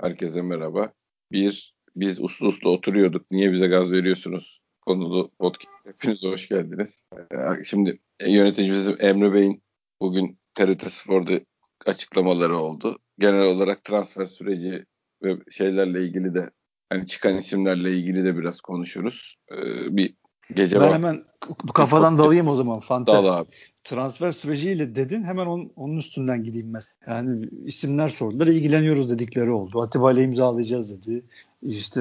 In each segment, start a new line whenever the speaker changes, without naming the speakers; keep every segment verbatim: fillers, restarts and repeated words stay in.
Herkese merhaba. Bir, biz uslu uslu oturuyorduk. Niye bize gaz veriyorsunuz? Konulu podcast. Hepiniz hoş geldiniz. Ee, Şimdi e, yöneticimiz Emre Bey'in bugün T R T Spor'da açıklamaları oldu. Genel olarak transfer süreci ve şeylerle ilgili de hani çıkan isimlerle ilgili de biraz konuşuruz. Ee, bir gece
Ben
vakti
hemen bu kafadan dalayım o zaman
dal
Fante.
abi.
Transfer süreciyle dedin, hemen onun, onun üstünden gideyim mesela. Yani isimler sordular, ilgileniyoruz dedikleri oldu. Atiba ile imzalayacağız dedi. İşte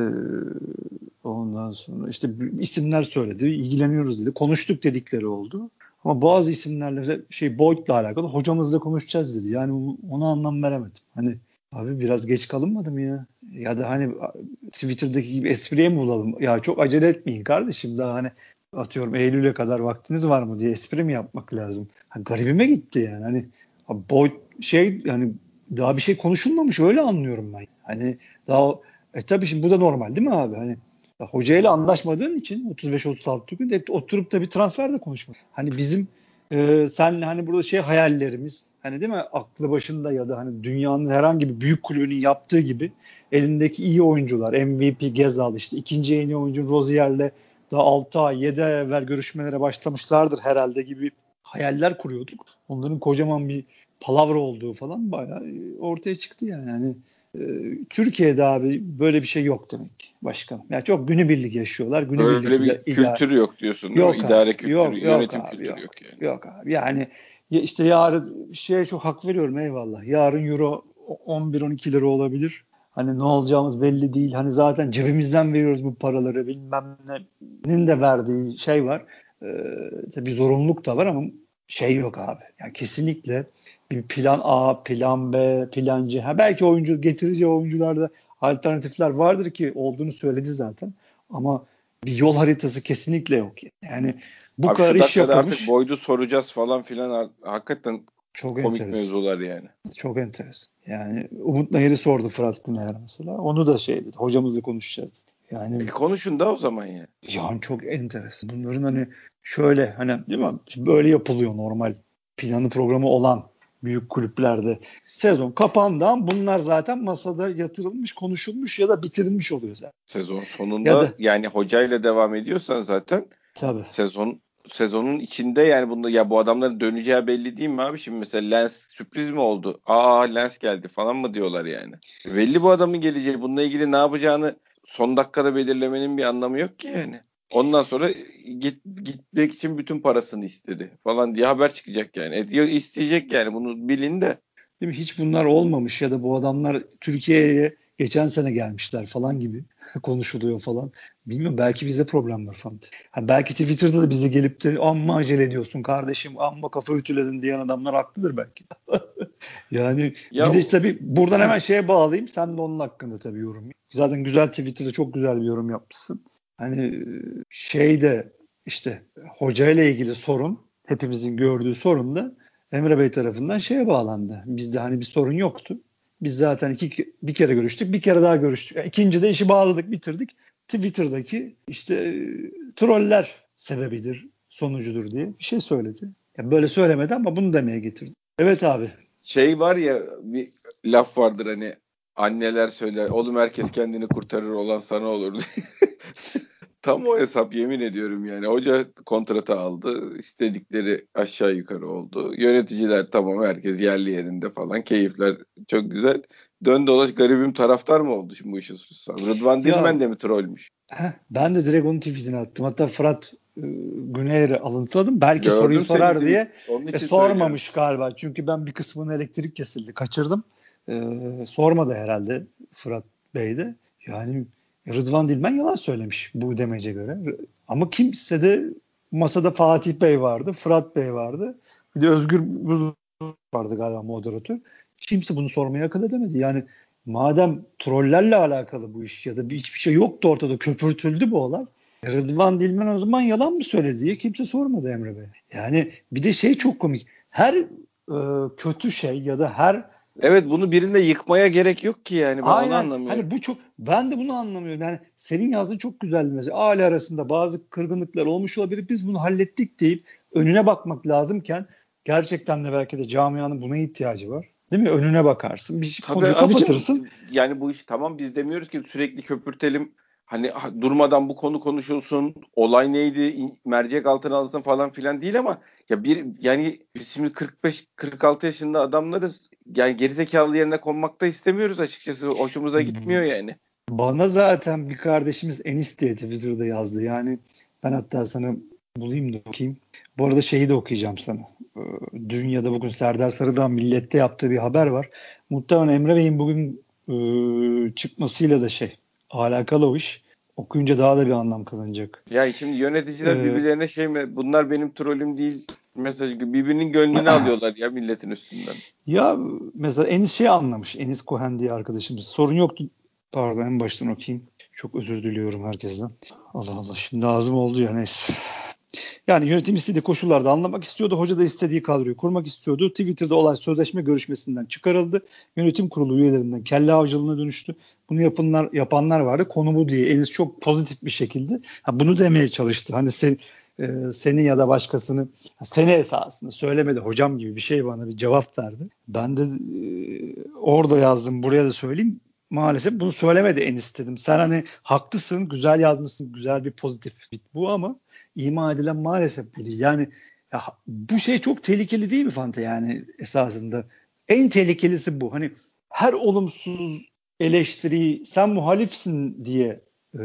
ondan sonra işte isimler söyledi, ilgileniyoruz dedi. Konuştuk dedikleri oldu. Ama bazı isimlerle şey Boyd'la alakalı hocamızla konuşacağız dedi. Yani ona anlam veremedim. Hani abi biraz geç kalınmadı mı ya? Ya da hani Twitter'daki gibi espriye mi bulalım? Ya çok acele etmeyin kardeşim, daha hani atıyorum Eylül'e kadar vaktiniz var mı diye espri mi yapmak lazım? Ha, garibime gitti yani. Hani boy şey yani daha bir şey konuşulmamış, öyle anlıyorum ben. Hani daha e tabii şimdi bu da normal değil mi abi? Hani ya, hocayla anlaşmadığın için otuz beş otuz altı gün de oturup da bir transfer de konuşmak. Hani bizim e, senle hani burada şey hayallerimiz, hani değil mi, aklı başında ya da hani dünyanın herhangi bir büyük kulübünün yaptığı gibi elindeki iyi oyuncular, M V P Gezal, işte ikinci en iyi oyuncu Rozier'le daha altı ay yedi ay evvel görüşmelere başlamışlardır herhalde gibi hayaller kuruyorduk. Onların kocaman bir palavra olduğu falan bayağı ortaya çıktı yani. Yani e, Türkiye'de abi böyle bir şey yok demek başkanım. Yani çok günübirlik yaşıyorlar. Günübirlik
Böyle
ida-
bir
idare.
kültür yok diyorsun değil mi?
Yok abi.
İdare kültürü,
Yok yok
yönetim
abi
kültürü
yok.
yok yani.
Yok abi. Yani ya işte yarın şeye çok hak veriyorum, eyvallah. Yarın euro on bir on iki lira olabilir. Hani ne olacağımız belli değil. Hani zaten cebimizden veriyoruz bu paraları, bilmem nenin de verdiği şey var. Ee, tabii zorunluluk da var ama şey yok abi. Yani kesinlikle bir plan A, plan B, plan C. Ha belki oyuncu getireceği oyuncularda alternatifler vardır ki olduğunu söyledi zaten. Ama bir yol haritası kesinlikle yok. Yani bu
Abi
kadar
şu
iş
dakikada artık
yapılmış.
boydu soracağız falan filan ha- hakikaten
Çok
komik
enteresan.
mevzular yani.
Çok enteresan. Yani Umut Nayır'ı sordu Fırat Güner mesela. Onu da şey dedi. Hocamızla konuşacağız dedi.
E
Yani
konuşun da o zaman ya.
yani çok enteresan. Bunların hani şöyle hani değil mi? Böyle yapılıyor normal planı programı olan büyük kulüplerde. Sezon kapandığı an bunlar zaten masada yatırılmış, konuşulmuş ya da bitirilmiş oluyor zaten.
Sezon
Ya
sonunda
da
yani hocayla devam ediyorsan zaten
tabii.
sezon sezonun içinde yani bunda ya bu adamların döneceği belli değil mi abi? Şimdi mesela Lens sürpriz mi oldu? Aa Lens geldi falan mı diyorlar yani. Belli bu adamın geleceği. Bununla ilgili ne yapacağını son dakikada belirlemenin bir anlamı yok ki yani. Ondan sonra git, gitmek için bütün parasını istedi falan diye haber çıkacak yani. E, diyor, isteyecek yani bunu bilin de.
Değil mi? Hiç bunlar olmamış ya da bu adamlar Türkiye'ye geçen sene gelmişler falan gibi konuşuluyor falan. Bilmiyorum, belki bizde problem var falan. Ha, belki Twitter'da da bize gelip de amma acele ediyorsun kardeşim, amma kafa ütüledin diyen adamlar haklıdır belki. Yani
Ya
bir de işte tabii buradan hemen şeye bağlayayım. Sen de onun hakkında tabii yorum yap. Zaten güzel, Twitter'da çok güzel bir yorum yapmışsın. Hani şeyde işte hoca ile ilgili sorun, hepimizin gördüğü sorun da Emre Bey tarafından şeye bağlandı. Bizde hani bir sorun yoktu. Biz zaten iki, bir kere görüştük, bir kere daha görüştük. Yani ikinci de işi bağladık, bitirdik. Twitter'daki işte e, troller sebebidir, sonucudur diye bir şey söyledi. Ya böyle söylemedi ama bunu demeye getirdi. Evet abi.
şey var ya bir laf vardır hani anneler söyler oğlum herkes kendini kurtarır olan sana olur diye. Tam o hesap yemin ediyorum yani. Hoca kontratı aldı. İstedikleri aşağı yukarı oldu. Yöneticiler tamam herkes yerli yerinde falan. Keyifler çok güzel. Dön dolaş garibim taraftar mı oldu şimdi bu işin suçlusu? Rıdvan
Ya
Dilmen de mi trollmüş?
heh, ben de direkt onun tweetini attım. Hatta Fırat e, Güneyer'i alıntıladım. Belki soruyu
Gördüm senin
sorar
tweet.
diye.
Onun
E,
için söylüyorum.
sormamış galiba. Çünkü ben bir kısmını elektrik kesildi. Kaçırdım. E, sormadı herhalde Fırat Bey de. Yani Rıdvan Dilmen yalan söylemiş bu demece göre. Ama kimse de masada Fatih Bey vardı. Fırat Bey vardı. Bir de Özgür Buz vardı galiba, moderatör. Kimse bunu sormaya akıl edemedi. Yani madem trollerle alakalı bu iş ya da bir, hiçbir şey yoktu ortada, köpürtüldü bu olay. E, Rıdvan Dilmen o zaman yalan mı söyledi diye kimse sormadı Emre Bey. Yani bir de şey çok komik. Her e, kötü şey ya da her
Evet bunu birinde yıkmaya gerek yok ki yani ben onu
aynen
anlamıyorum.
hani bu çok, ben de bunu anlamıyorum. Yani senin yazdığın çok güzeldi mesela. Aile arasında bazı kırgınlıklar olmuş olabilir. Biz bunu hallettik deyip önüne bakmak lazımken gerçekten de belki de camianın buna ihtiyacı var. Değil mi? Önüne bakarsın. Bir
Tabii
konuyu
abi
kapatırsın.
canım, yani bu iş tamam, biz demiyoruz ki sürekli köpürtelim. Hani ha- durmadan bu konu konuşulsun. Olay neydi? in- Mercek altına alınsın falan filan değil ama ya bir yani biz şimdi kırk beş kırk altı yaşında adamlarız. Yani gerizekalı yerine konmak da istemiyoruz açıkçası. Hoşumuza gitmiyor yani.
Bana zaten bir kardeşimiz Enis diye Twitter'da yazdı. Yani ben hatta sana bulayım da okuyayım. Bu arada şeyi de okuyacağım sana. Ee, Dün ya da bugün Serdar Sarıdağ Millet'te yaptığı bir haber var. Muhtemelen Emre Bey'in bugün e, çıkmasıyla da şey alakalı o iş. Okuyunca daha da bir anlam kazanacak.
Yani şimdi yöneticiler
Ee,
birbirlerine şey mi? Bunlar benim trolüm değil mesajı gibi birbirinin gönlünü alıyorlar ya milletin üstünden.
Ya mesela Enis şey anlamış. Enis Cohen diye arkadaşımız. Sorun yoktu. Pardon, en baştan okuyayım. Çok özür diliyorum herkesten. Allah Allah, şimdi ağzım oldu ya, neyse. Yani yönetim istediği koşullarda anlamak istiyordu. Hoca da istediği kadroyu kurmak istiyordu. Twitter'da olay sözleşme görüşmesinden çıkarıldı. Yönetim kurulu üyelerinden kelle avcılığına dönüştü. Bunu yapanlar, yapanlar vardı. Konu bu diye. Enis çok pozitif bir şekilde ha, bunu demeye çalıştı. Hani sen, e, seni ya da başkasını seni esasında söylemedi hocam gibi bir şey bana bir cevap verdi. Ben de e, orada yazdım, buraya da söyleyeyim. Maalesef bunu söylemedi Enis dedim. Sen hani haklısın, güzel yazmışsın, güzel bir pozitif bu ama ima edilen maalesef bu değil. Yani ya, bu şey çok tehlikeli değil mi Fante, yani esasında? En tehlikelisi bu. Hani her olumsuz eleştiriyi sen muhalifsin diye e,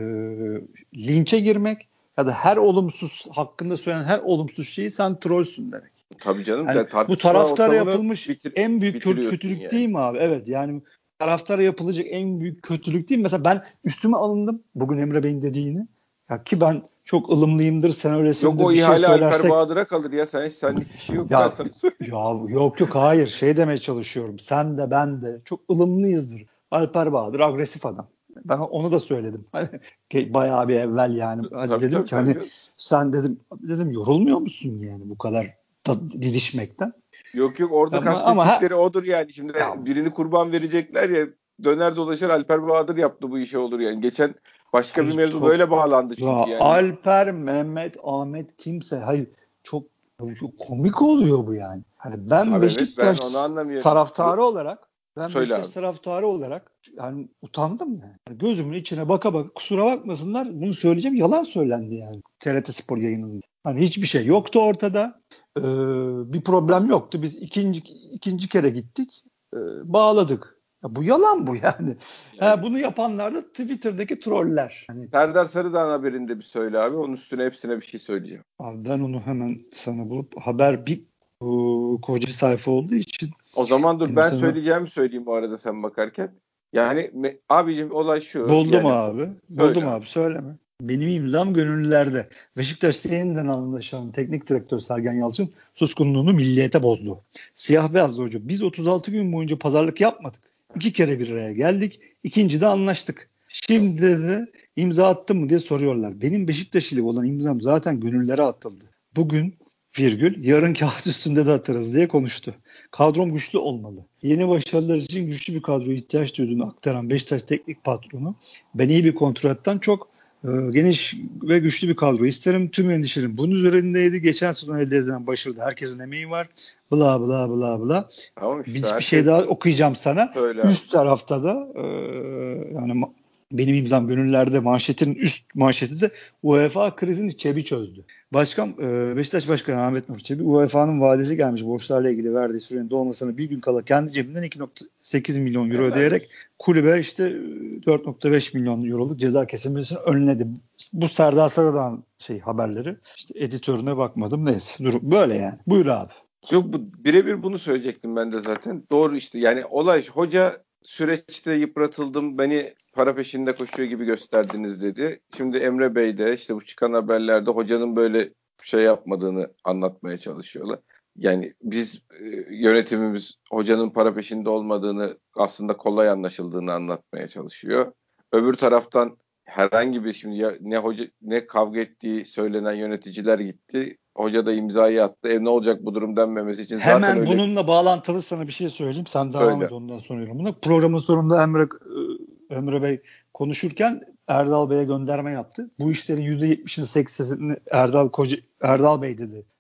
linçe girmek ya da her olumsuz hakkında söylenen her olumsuz şeyi sen trollsün demek.
Tabii canım,
Yani
yani
bu
tartışma
taraftara
ortamını
yapılmış
bitir
en büyük
bitiriyorsun
kötülük
yani.
değil mi abi? Evet, yani taraftara yapılacak en büyük kötülük değil mi? Mesela ben üstüme alındım bugün Emre Bey'in dediğini. Ya ki ben çok ılımlıyımdır, sen
Yok,
öylesindir,
o
bir şey
ihale Alper
söylersek
Bahadır'a kalır ya. Sen, senlik bir şey yok, ben
ya
sana söyleyeyim.
ya yok yok, hayır, şey demeye çalışıyorum. Sen de ben de çok ılımlıyızdır. Alper Bahadır agresif adam. Ben onu da söyledim. Hani bayağı bir evvel yani. Hadi
Tabii
dedim
tabii
ki
tabii
hani
canım.
sen dedim dedim yorulmuyor musun yani bu kadar da, didişmekten?
Yok yok, orada
Ama ama
kastettikleri
ha,
odur yani. Şimdi
ya,
birini kurban verecekler ya, döner dolaşır Alper Bahadır yaptı bu işi olur yani. Geçen başka bir
hayır
mevzu
çok
böyle bağlandı
ya
çünkü yani.
Alper, Mehmet, Ahmet kimse, hayır çok, çok komik oluyor bu yani. Hani ben
Abi evet, ben
Beşiktaş
onu anlamıyorum.
taraftarı olarak ben
Söyle
Beşiktaş
abi.
taraftarı olarak yani utandım yani. Yani gözümün içine baka baka, kusura bakmasınlar bunu söyleyeceğim, yalan söylendi yani T R T Spor yayınında. Hani hiçbir şey yoktu ortada. Ee, Bir problem yoktu. Biz ikinci ikinci kere gittik. Ee, Bağladık. Ya bu yalan bu yani. Ha,
Yani
bunu yapanlar da Twitter'daki troller. Hani
Serdar Sarıdağ'ın haberinde bir söyle abi. Onun üstüne hepsine bir şey söyleyeceğim.
abi ben onu hemen sana bulup, haber bir bu, koca bir sayfa olduğu için
O zaman dur,
benim
ben
sana
söyleyeceğimi söyleyeyim bu arada sen bakarken. Yani me- abicim, olay şu
buldum
yani.
abi.
Söyle
Buldum
abi.
abi, söyleme. Benim imzam gönüllülerde. Beşiktaş'ta yeniden anlaşan teknik direktör Sergen Yalçın suskunluğunu milliyete bozdu. Siyah beyazlı hoca. Biz otuz altı gün boyunca pazarlık yapmadık. İki kere bir araya geldik. İkinci de anlaştık. Şimdi de imza attın mı diye soruyorlar. Benim Beşiktaş ile olan imzam zaten gönüllere atıldı. Bugün virgül yarın kağıt üstünde de atarız diye konuştu. Kadrom güçlü olmalı. Yeni başarılar için güçlü bir kadroya ihtiyaç duyduğunu aktaran Beşiktaş teknik patronu, ben iyi bir kontrattan çok e, geniş ve güçlü bir kadro isterim. Tüm endişelerim bunun üzerindeydi. Geçen sezon elde edilen başarıda herkesin emeği var. Bla bla bla bla.
Tamam
Bir,
işte,
bir şey
herkes
daha okuyacağım sana.
söyle abi.
Üst tarafta da e, yani benim imzam gönüllerde manşetin üst manşeti de U E F A krizin çebi çözdü. Başkan e, Beşiktaş Başkanı Ahmet Nur Çebi, U E F A'nın vadesi gelmiş borçlarla ilgili verdiği sürenin dolmasına bir gün kala kendi cebinden iki virgül sekiz milyon euro
Helal
ödeyerek
olsun.
kulübe işte dört virgül beş milyon euroluk ceza kesilmesini önledi. Bu Serdar Sarıdağ'ın şey haberleri. İşte editörüne bakmadım, neyse. Durum böyle yani. Buyur abi.
Yok, bu birebir bunu söyleyecektim ben de zaten. Doğru işte, yani olay hoca süreçte yıpratıldım, beni para peşinde koşuyor gibi gösterdiniz dedi. Şimdi Emre Bey de işte bu çıkan haberlerde hocanın böyle şey yapmadığını anlatmaya çalışıyorlar. Yani biz e, yönetimimiz hocanın para peşinde olmadığını, aslında kolay anlaşıldığını anlatmaya çalışıyor. Öbür taraftan herhangi bir, şimdi ya, ne hoca ne kavga ettiği söylenen yöneticiler gitti. Hoca da imzayı attı. E ne olacak bu durum denmemesi için zaten
Hemen
öyle
bununla bağlantılı sana bir şey söyleyeyim. Sen devam
söyle.
et, ondan sonra yorumunu. Programın sonunda Emre e, Emre Bey konuşurken Erdal Bey'e gönderme yaptı. Bu işlerin yüzde yetmişini sekseni Erdal Koca, Erdal Bey dedi.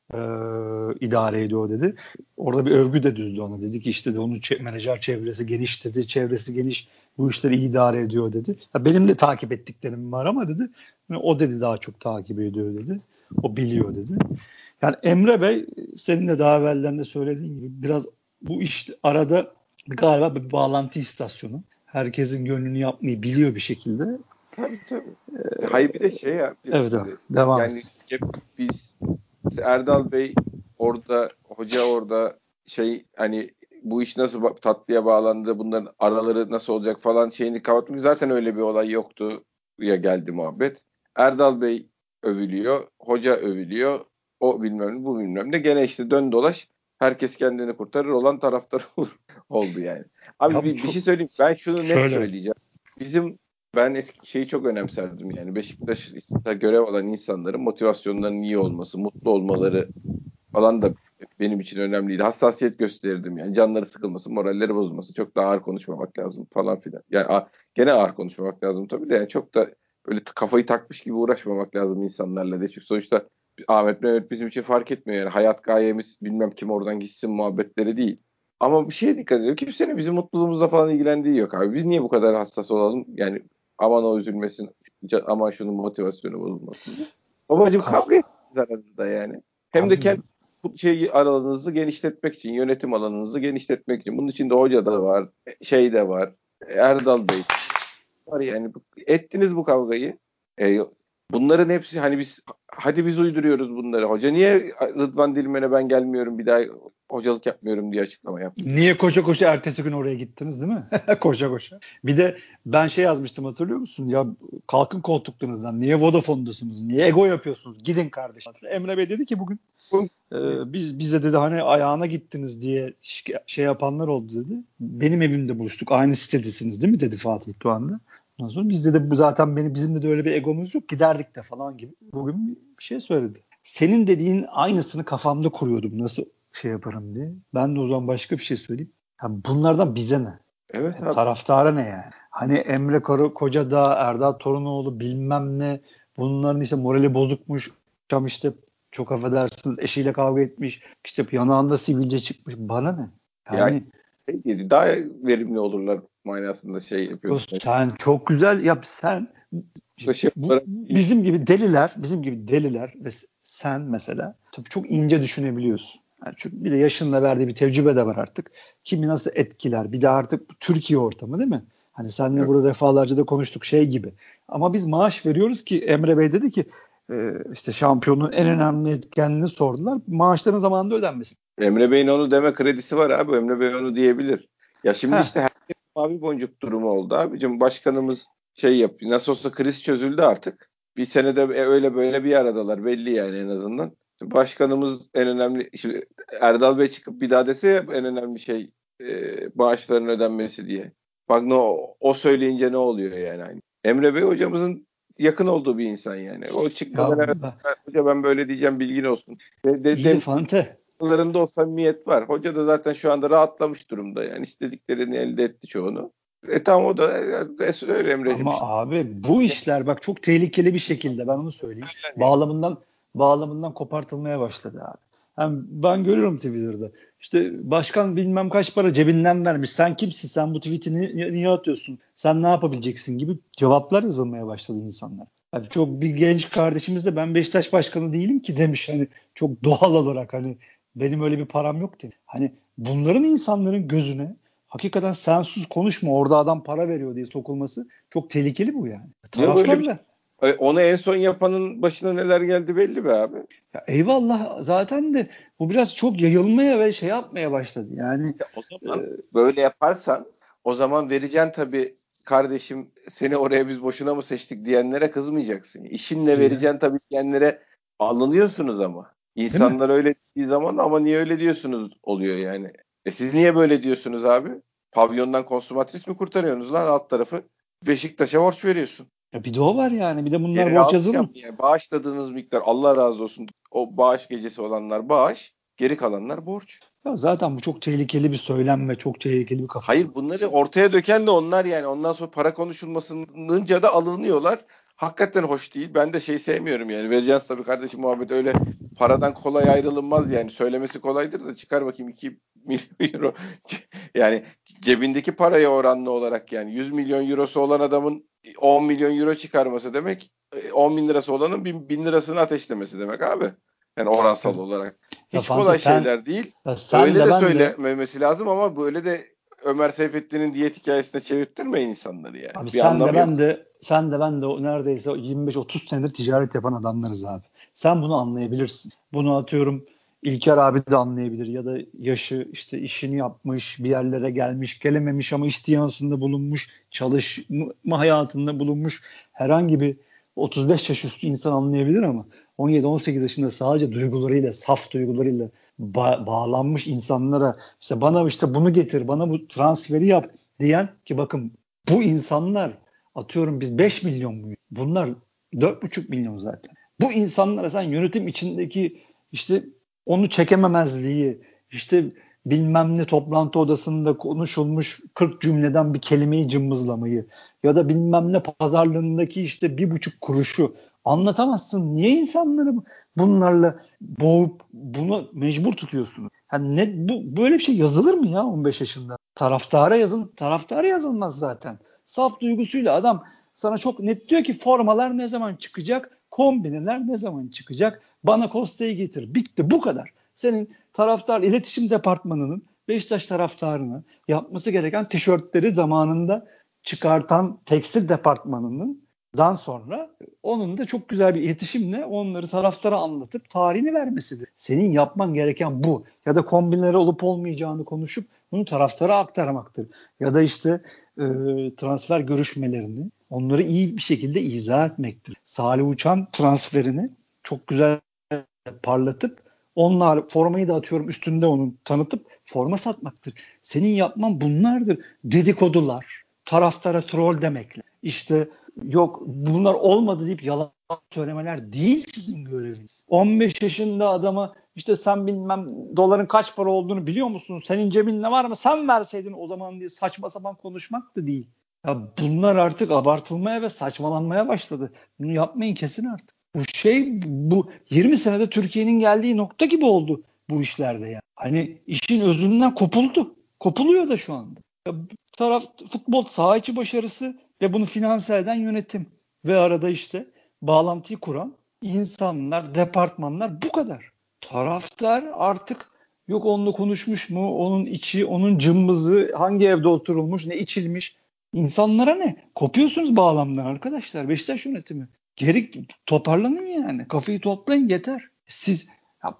e, idare ediyor dedi. Orada bir övgü de düzdü ona. Dedi ki işte de onun çe- menajer çevresi geniş dedi. Çevresi geniş. Bu işleri iyi idare ediyor dedi. Ya benim de takip ettiklerim var ama dedi. O dedi daha çok takip ediyor dedi. O biliyor dedi. Yani Emre Bey senin de daha evvelden de söylediğin gibi biraz bu işte arada galiba bir bağlantı istasyonu. Herkesin gönlünü yapmayı biliyor bir şekilde.
Tabii tabii. Ee, Hayır bir de şey ya
Evet abi.
şimdi
Devam
yani
et.
hep biz işte Erdal Bey orada, hoca orada şey hani bu iş nasıl ba- tatlıya bağlandı, bunların araları nasıl olacak falan şeyini kapatmış. Zaten öyle bir olay yoktu ya geldi muhabbet. Erdal Bey övülüyor, hoca övülüyor. O bilmem ne, bu bilmem ne. Gene işte dön dolaş herkes kendini kurtarır olan taraftar olur, oldu yani. Abi
Ya bu
bir, bir
çok
şey söyleyeyim. Ben şunu net
şöyle.
söyleyeceğim. Bizim ben eski şeyi çok önemserdim yani Beşiktaş'ta görev alan insanların motivasyonlarının iyi olması, mutlu olmaları falan da benim için önemliydi. Hassasiyet gösterirdim yani canları sıkılması, moralleri bozulması, çok da ağır konuşmamak lazım falan filan. Yani a- gene ağır konuşmamak lazım tabii de yani çok da böyle t- kafayı takmış gibi uğraşmamak lazım insanlarla de. Çünkü sonuçta Ahmet Mehmet bizim için fark etmiyor yani hayat gayemiz bilmem kim oradan gitsin muhabbetleri değil. Ama bir şeye dikkat edelim. Kimsenin bizim mutluluğumuzla falan ilgilendiği yok abi. Biz niye bu kadar hassas olalım? Yani aman o üzülmesin, ca- aman şunun motivasyonu bozulmasın diye. Babacım
Ka-
kavga ettiniz aranızda yani. Hem de
Abi
kendi bu şeyi alanınızı genişletmek için, yönetim alanınızı genişletmek için. Bunun içinde hoca da var, şey de var, Erdal Bey var yani. Ettiniz bu kavgayı. E, bunların hepsi hani biz hadi biz uyduruyoruz bunları. Hoca niye Rıdvan Dilmen'e ben gelmiyorum bir daha hocalık yapmıyorum diye açıklama yaptı.
niye koşa koşa ertesi gün oraya gittiniz değil mi? Koşa koşa. Bir de ben şey yazmıştım hatırlıyor musun? Ya kalkın koltuklarınızdan. Niye Vodafone'dasınız? Niye ego yapıyorsunuz? Gidin kardeşim. Emre Bey dedi ki bugün e, biz bize dedi hani ayağına gittiniz diye şey yapanlar oldu dedi. Benim evimde buluştuk. Aynı sitedesiniz değil mi dedi Fatih Doğan'la. Ondan sonra biz de bu zaten benim bizim de öyle bir egomuz yok. Giderdik de falan gibi. Bugün bir şey söyledi. Senin dediğin aynısını kafamda kuruyordum. Nasıl şey yaparım diye. Ben de o zaman başka bir şey söyleyeyim. Ya bunlardan bize ne?
Evet
E,
abi.
taraftara ne yani? Hani Emre Kara, Kocadağ, Erdal Torunoğlu bilmem ne bunların işte morali bozukmuş. Akşam işte çok affedersiniz eşiyle kavga etmiş. İşte yanağında sivilce çıkmış. Bana ne?
Ya
Yani
şey değil, daha verimli olurlar manasında şey
o
yapıyorduk.
sen çok güzel yap sen
Şey
bu
olarak iyi.
bizim gibi deliler bizim gibi deliler ve sen mesela tabii çok ince düşünebiliyorsun. Yani çünkü bir de yaşınla verdiği bir tecrübe de var artık. Kimi nasıl etkiler? Bir de artık bu Türkiye ortamı değil mi? Hani seninle
Evet.
burada defalarca da konuştuk şey gibi. Ama biz maaş veriyoruz ki Emre Bey dedi ki e, işte şampiyonun en önemli etkenliğini sordular. Maaşların zamanında ödenmesi.
Emre Bey'in onu deme kredisi var abi. Emre Bey onu diyebilir. Ya şimdi
Heh,
işte herkes mavi boncuk durumu oldu abicim. Başkanımız şey yapıyor. Nasıl olsa kriz çözüldü artık. Bir senede e, öyle böyle bir aradalar. Belli yani en azından. Başkanımız en önemli. Şimdi Erdal Bey çıkıp bir daha dese ya en önemli şey e, bağışların ödenmesi diye. Bak ne o, o söyleyince ne oluyor yani. Hani. Emre Bey hocamızın yakın olduğu bir insan yani. O
ya
çıkmadan evet, hoca ben böyle diyeceğim bilgin olsun. De, de,
iyi de
de,
Fante.
Larında o samimiyet var. Hoca da zaten şu anda rahatlamış durumda yani. İstediklerini elde etti çoğunu. E tamam o da e, öyle Emre'cim
Ama
işte.
abi bu işler bak çok tehlikeli bir şekilde ben onu söyleyeyim. Bağlamından bağlamından kopartılmaya başladı abi. Yani ben görüyorum Twitter'da. İşte başkan bilmem kaç para cebinden vermiş. Sen kimsin? Sen bu tweet'i niye, niye atıyorsun? Sen ne yapabileceksin gibi cevaplar yazılmaya başladı insanlar. Yani çok bir genç kardeşimiz de ben Beşiktaş başkanı değilim ki demiş hani çok doğal olarak hani benim öyle bir param yok demiş. Hani bunların insanların gözüne hakikaten sen sus konuşma orada adam para veriyor diye sokulması çok tehlikeli bu yani.
Yok öyle bir
Taraftarlar.
şey. E, Onu en son yapanın başına neler geldi belli be abi.
Ya eyvallah zaten de bu biraz çok yayılmaya ve şey yapmaya başladı. Yani
Ya o
e,
zaman böyle yaparsan o zaman vereceksin tabii kardeşim seni oraya biz boşuna mı seçtik diyenlere kızmayacaksın. İşinle
ya,
vereceksin tabii diyenlere alınıyorsunuz ama.
değil mi?
İnsanlar öyle dediği zaman ama niye öyle diyorsunuz oluyor yani. E siz niye böyle diyorsunuz abi? Pavyondan konsumatris mi kurtarıyorsunuz lan alt tarafı? Beşiktaş'a borç veriyorsun.
Ya bir de o var yani. Bir de bunlar
Geri
borç yazılı
almayacağım
mı?
diye bağışladığınız miktar Allah razı olsun. O bağış gecesi olanlar bağış, geri kalanlar borç.
Ya zaten bu çok tehlikeli bir söylem ve çok tehlikeli bir kafa
Hayır bunları
yapısı.
ortaya döken de onlar yani. Ondan sonra para konuşulmasınca da alınıyorlar. Hakikaten hoş değil. Ben de şey sevmiyorum yani. Vereceğiz tabii kardeşim muhabbet öyle paradan kolay ayrılınmaz yani. Söylemesi kolaydır da çıkar bakayım iki milyon euro. Yani cebindeki paraya oranlı olarak yani yüz milyon eurosu olan adamın on milyon euro çıkarması demek on bin lirası olanın bin, bin lirasını ateşlemesi demek abi. Yani oransal olarak.
Ya
Hiç
Fante
kolay
sen
şeyler değil.
ya sen
Öyle
de
de
ben de
söylememesi lazım ama böyle de Ömer Seyfettin'in diyet hikayesine çevirttirmeyin insanları yani.
abi
Bir
sen de
anlamı
ben
yok.
de sen de ben de o neredeyse yirmi beş otuz senedir ticaret yapan adamlarız abi. Sen bunu anlayabilirsin. Bunu atıyorum İlker abi de anlayabilir ya da yaşı işte işini yapmış, bir yerlere gelmiş, gelememiş ama istiyansında bulunmuş, çalışma hayatında bulunmuş herhangi bir otuz beş yaş üstü insan anlayabilir ama on yedi on sekiz yaşında sadece duygularıyla, saf duygularıyla ba- bağlanmış insanlara işte bana işte bunu getir, bana bu transferi yap diyen ki bakın bu insanlar atıyorum biz beş milyon muyuz? Bunlar dört buçuk milyon zaten. Bu insanlara sen yönetim içindeki işte onu çekememezliği, işte bilmem ne toplantı odasında konuşulmuş kırk cümleden bir kelimeyi cımbızlamayı ya da bilmem ne pazarlığındaki işte bir buçuk kuruşu anlatamazsın. Niye insanları bunlarla boğup bunu mecbur tutuyorsunuz? Yani ne, bu, böyle bir şey yazılır mı ya on beş yaşında? Taraftara yazın, taraftara yazılmaz zaten. Saf duygusuyla adam sana çok net diyor ki formalar ne zaman çıkacak, kombineler ne zaman çıkacak, bana Kosta'yı getir. Bitti bu kadar. Senin taraftar iletişim departmanının Beşiktaş taraftarına yapması gereken tişörtleri zamanında çıkartan tekstil departmanının dan sonra onun da çok güzel bir iletişimle onları taraftara anlatıp tarihini vermesidir. Senin yapman gereken bu. Ya da kombinleri olup olmayacağını konuşup bunu taraftara aktarmaktır. Ya da işte e, transfer görüşmelerini onları iyi bir şekilde izah etmektir. Salih Uçan transferini çok güzel parlatıp onlar formayı da atıyorum üstünde onun tanıtıp forma satmaktır. Senin yapman bunlardır. Dedikodular, taraftara troll demekle. İşte yok bunlar olmadı deyip yalan söylemeler değil sizin göreviniz. on beş yaşında adama işte sen bilmem doların kaç para olduğunu biliyor musun? Senin cebinde var mı? Sen verseydin o zaman diye saçma sapan konuşmak da değil. Ya bunlar artık abartılmaya ve saçmalanmaya başladı. Bunu yapmayın kesin artık. Bu şey bu yirmi senede Türkiye'nin geldiği nokta gibi oldu bu işlerde yani. Hani işin özünden kopuldu. Kopuluyor da şu anda. Ya, taraf futbol saha içi başarısı ve bunu finanse eden yönetim ve arada işte bağlantıyı kuran insanlar, departmanlar bu kadar. Taraftar artık yok onunla konuşmuş mu, onun içi, onun cımbızı, hangi evde oturulmuş, ne içilmiş. İnsanlara ne? Kopuyorsunuz bağlamdan arkadaşlar. Beşiktaş yönetimi. Geri toparlanın yani. Kafayı toplayın yeter. Siz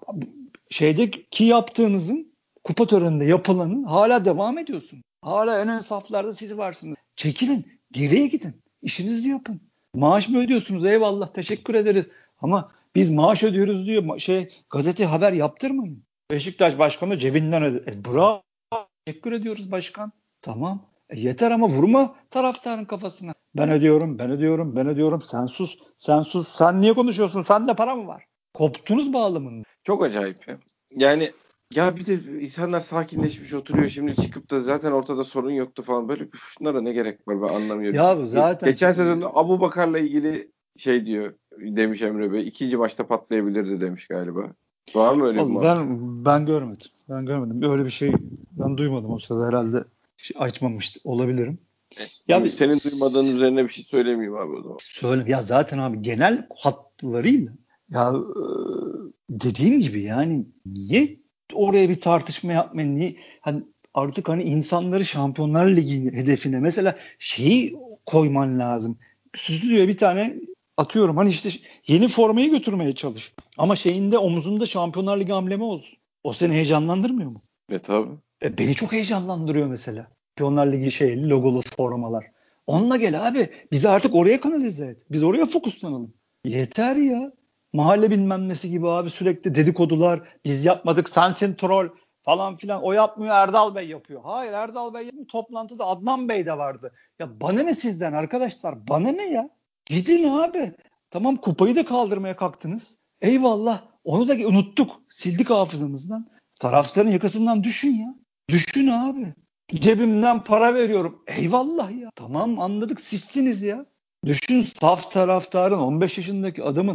şeydeki yaptığınızın kupa töreninde yapılanın hala devam ediyorsun. Hala en ön saflarda siz varsınız. Çekilin. Geriye gidin. İşinizi yapın. Maaş mı ödüyorsunuz? Eyvallah. Teşekkür ederiz. Ama biz maaş ödüyoruz diyor. Şey gazete haber yaptırmayın. Beşiktaş başkanı cebinden ödedi. E, bravo. Teşekkür ediyoruz başkan. Tamam. E, yeter ama vurma taraftarın kafasına. Ben ödüyorum, ben ödüyorum, ben ödüyorum. Sen sus, sen sus. Sen niye konuşuyorsun? Sende para mı var? Koptunuz bağlamında.
Çok acayip ya. Yani ya bir de insanlar sakinleşmiş oturuyor şimdi çıkıp da zaten ortada sorun yoktu falan. Böyle şunlara ne gerek var ben anlamıyorum.
Ya
Ge-
zaten
Geçen sezon Abu Bakar'la ilgili şey diyor demiş Emre Bey. İkinci maçta patlayabilirdi demiş galiba. Var mı öyle bir
vallahi
muhabbet?
ben ben görmedim. Ben görmedim. Öyle bir şey ben duymadım o sırada herhalde şey açmamıştı. Olabilirim. Ya
Neyse,
bir
senin duymadığın üzerine bir şey söylemeyeyim abi o zaman.
söyle ya zaten abi genel hatlarıyla ya e, dediğim gibi yani niye oraya bir tartışma yapmayın niye hani artık hani insanları Şampiyonlar Ligi hedefine mesela şeyi koyman lazım. Stüdyoya bir tane atıyorum hani işte yeni formayı götürmeye çalış. Ama şeyinde omuzunda Şampiyonlar Ligi amblemi olsun. O seni heyecanlandırmıyor mu?
E tabii.
E, beni çok heyecanlandırıyor mesela. Şampiyonlar Ligi şeyli logolu formalar. Onunla gel abi. Bizi artık oraya kanalize et. Biz oraya fokuslanalım. Yeter ya. Mahalle bilmem nesi gibi abi sürekli dedikodular. Biz yapmadık sensin troll falan filan. O yapmıyor Erdal Bey yapıyor. Hayır Erdal Bey yapmıyor. Toplantıda Adnan Bey de vardı. Ya bana ne sizden arkadaşlar? Bana ne ya? Gidin abi. Tamam kupayı da kaldırmaya kalktınız. Eyvallah. Onu da unuttuk. Sildik hafızamızdan. Taraftarın yakasından düşün ya. Düşün abi. Cebimden para veriyorum. Eyvallah ya. Tamam anladık sizsiniz ya. Düşün saf taraftarın on beş yaşındaki adamın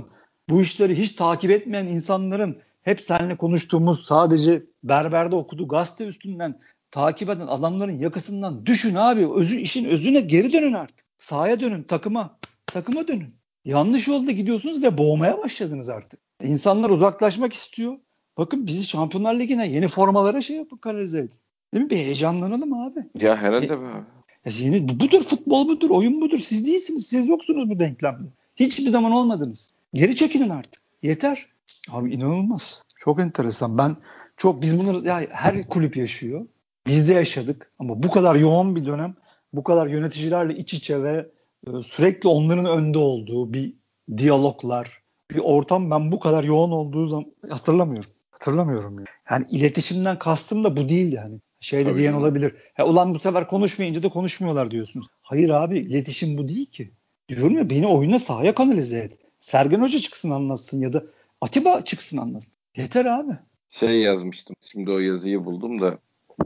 Bu işleri hiç takip etmeyen insanların hep seninle konuştuğumuz sadece berberde okuduğu gazete üstünden takip eden adamların yakasından düşün abi. Özü, işin özüne geri dönün artık. Sahaya dönün, takıma. Takıma dönün. Yanlış yolda gidiyorsunuz ve boğmaya başladınız artık. İnsanlar uzaklaşmak istiyor. Bakın bizi Şampiyonlar Ligi'ne yeni formalara şey yapın, kanalize edin. Değil mi? Bir heyecanlanalım abi.
Ya herhalde
E,
be abi.
yeni, budur futbol budur, oyun budur. Siz değilsiniz, siz yoksunuz bu denklemde. Hiçbir zaman olmadınız. Geri çekilin artık. Yeter. Abi inanılmaz. Çok enteresan. Ben çok biz bunları ya her kulüp yaşıyor. Biz de yaşadık ama bu kadar yoğun bir dönem, bu kadar yöneticilerle iç içe ve e, sürekli onların önde olduğu bir diyaloglar, bir ortam ben bu kadar yoğun olduğu zaman hatırlamıyorum. Hatırlamıyorum yani. Yani iletişimden kastım da bu değil yani. Şey de
Tabii
diyen
canım.
olabilir. Ha, ulan bu sefer konuşmayınca da konuşmuyorlar diyorsunuz. Hayır abi iletişim bu değil ki. Diyorum ya beni oyuna sahaya kanalize et. Sergen Hoca çıksın anlatsın ya da Atiba çıksın anlatsın. Yeter abi.
Şey yazmıştım. Şimdi o yazıyı buldum da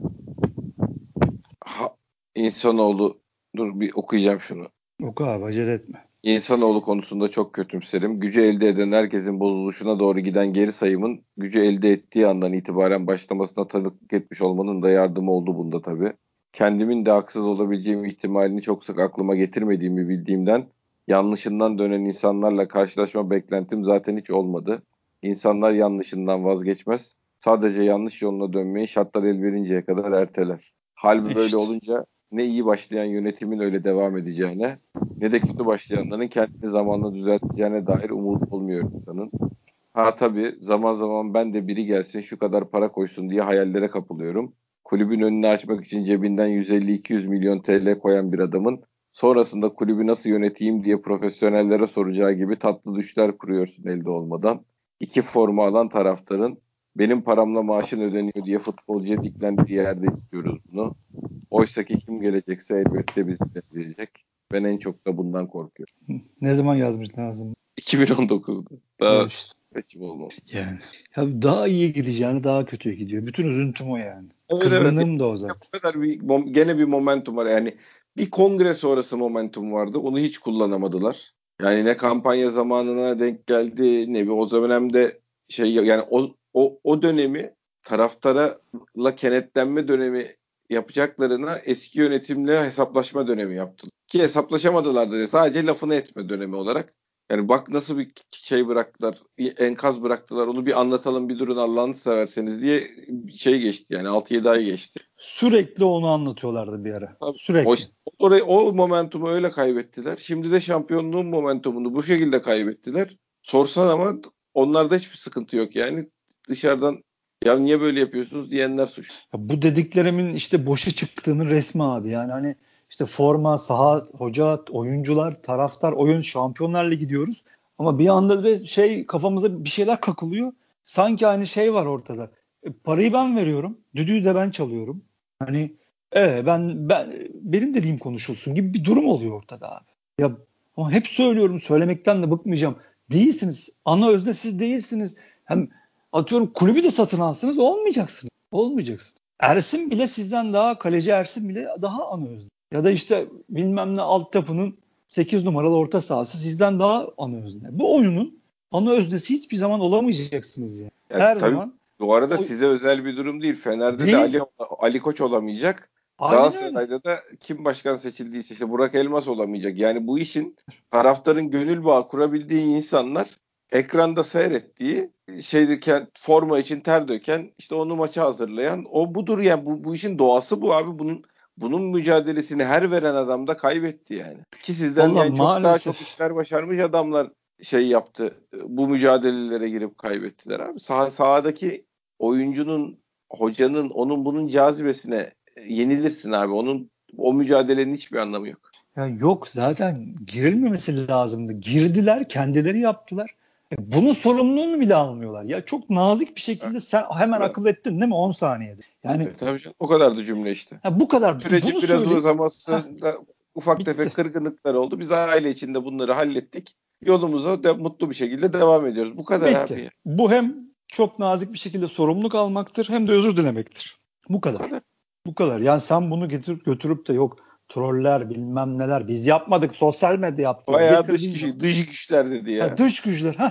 ha, insanoğlu dur bir okuyacağım şunu.
Oku abi acele etme.
İnsanoğlu konusunda çok kötümserim. Gücü elde eden herkesin bozuluşuna doğru giden geri sayımın gücü elde ettiği andan itibaren başlamasına tanıklık etmiş olmanın da yardımı oldu bunda tabii. Kendimin de haksız olabileceğim ihtimalini çok sık aklıma getirmediğimi bildiğimden yanlışından dönen insanlarla karşılaşma beklentim zaten hiç olmadı. İnsanlar yanlışından vazgeçmez. Sadece yanlış yoluna dönmeyi şartlar el verinceye kadar erteler. Hal böyle
İşte.
olunca ne iyi başlayan yönetimin öyle devam edeceğine ne de kötü başlayanların kendini zamanla düzelteceğine dair umut olmuyor insanın. Ha tabii zaman zaman ben de biri gelsin şu kadar para koysun diye hayallere kapılıyorum. Kulübün önünü açmak için cebinden yüz elli iki yüz milyon T L koyan bir adamın sonrasında kulübü nasıl yöneteyim diye profesyonellere soracağı gibi tatlı düşler kuruyorsun elde olmadan. İki forma alan taraftarın benim paramla maaşın ödeniyor diye futbolcuya diklendiği yerde istiyoruz bunu. Oysaki kim gelecekse elbette bizi izleyecek. Ben en çok da bundan korkuyorum.
Ne zaman yazmış lazım?
iki bin on dokuzda.
O
Daha
işte.
seçim olmalı.
Yani. Ya daha iyi gideceğini daha kötüye gidiyor. Bütün üzüntüm o yani.
Evet evet.
Kızgınlığım da o zaten.
Bu kadar bir mom- gene bir momentum var. Yani bir kongre sonrası momentum vardı. Onu hiç kullanamadılar. Yani ne kampanya zamanına denk geldi ne bir o dönemde şey yani o o o dönemi taraftarla kenetlenme dönemi yapacaklarına eski yönetimle hesaplaşma dönemi yaptılar. Ki hesaplaşamadılar da sadece lafını etme dönemi olarak. Yani bak nasıl bir şey bıraktılar, bir enkaz bıraktılar. Onu bir anlatalım, bir durun Allah'ını severseniz diye şey geçti. Yani altı yedi ay geçti.
Sürekli onu anlatıyorlardı bir ara.
Tabii. O,
Sürekli.
orayı, o momentumu öyle kaybettiler. Şimdi de şampiyonluğun momentumunu bu şekilde kaybettiler. Sorsan ama onlarda hiçbir sıkıntı yok. Yani dışarıdan ya niye böyle yapıyorsunuz diyenler suç.
Ya bu dediklerimin işte boşa çıktığının resmi abi. Yani hani işte forma, saha, hoca, oyuncular, taraftar, oyun, Şampiyonlar Ligi gidiyoruz. Ama bir anda da şey kafamıza bir şeyler kakılıyor. Sanki hani şey var ortada. E, parayı ben veriyorum. Düdüğü de ben çalıyorum. Hani e, ben ben benim dediğim konuşulsun gibi bir durum oluyor ortada abi. Ya ama hep söylüyorum söylemekten de bıkmayacağım. Değilsiniz. Ana özde siz değilsiniz. Hem atıyorum kulübü de satın alsınız olmayacaksınız. Olmayacaksın. Ersin bile sizden daha kaleci Ersin bile daha ana özde. Ya da işte bilmem ne altyapının sekiz numaralı orta sahası sizden daha ana özne. Bu oyunun ana öznesi hiçbir zaman olamayacaksınız yani.
Yani
Her
tabii
zaman
bu arada
o,
size özel bir durum değil. Fener'de de
değil.
Ali Ali Koç olamayacak.
Aynen öyle.
Galatasaray'da da kim başkan seçildiyse işte Burak Elmas olamayacak. Yani bu işin taraftarın gönül bağı kurabildiği insanlar ekranda seyrettiği şeydeki forma için ter döken işte onu maça hazırlayan o budur yani bu, bu işin doğası bu abi bunun bunun mücadelesini her veren adam da kaybetti yani. Ki sizden
Valla
yani çok daha
maalesef.
çok işler başarmış adamlar şey yaptı. Bu mücadelelere girip kaybettiler abi. Sah sahadaki oyuncunun, hocanın, onun bunun cazibesine yenilirsin abi. Onun o mücadelenin hiçbir anlamı yok.
Ya yok zaten girilmemesi lazımdı. Girdiler, kendileri yaptılar. E, bunun sorumluluğunu bile almıyorlar. Ya çok nazik bir şekilde sen hemen akıl ettin değil mi on saniyede? Yani
E, tabii canım. O kadar da cümle işte.
ha, bu kadar.
Süreci
Bunu
biraz
söyleyip heh,
uzamasında ufak tefek
bitti.
kırgınlıklar oldu. Biz aile içinde bunları hallettik. Yolumuza de, mutlu bir şekilde devam ediyoruz. Bu kadar abi
Bitti.
ya.
Bu hem çok nazik bir şekilde sorumluluk almaktır hem de özür dilemektir. Bu
Bu
kadar.
kadar.
Bu kadar. Yani sen bunu getirip götürüp de yok troller bilmem neler biz yapmadık sosyal medya yaptı.
Bayağı dış
Getirdiğin
güç,
zaman
dış güçler dedi
ha,
ya.
dış güçler ha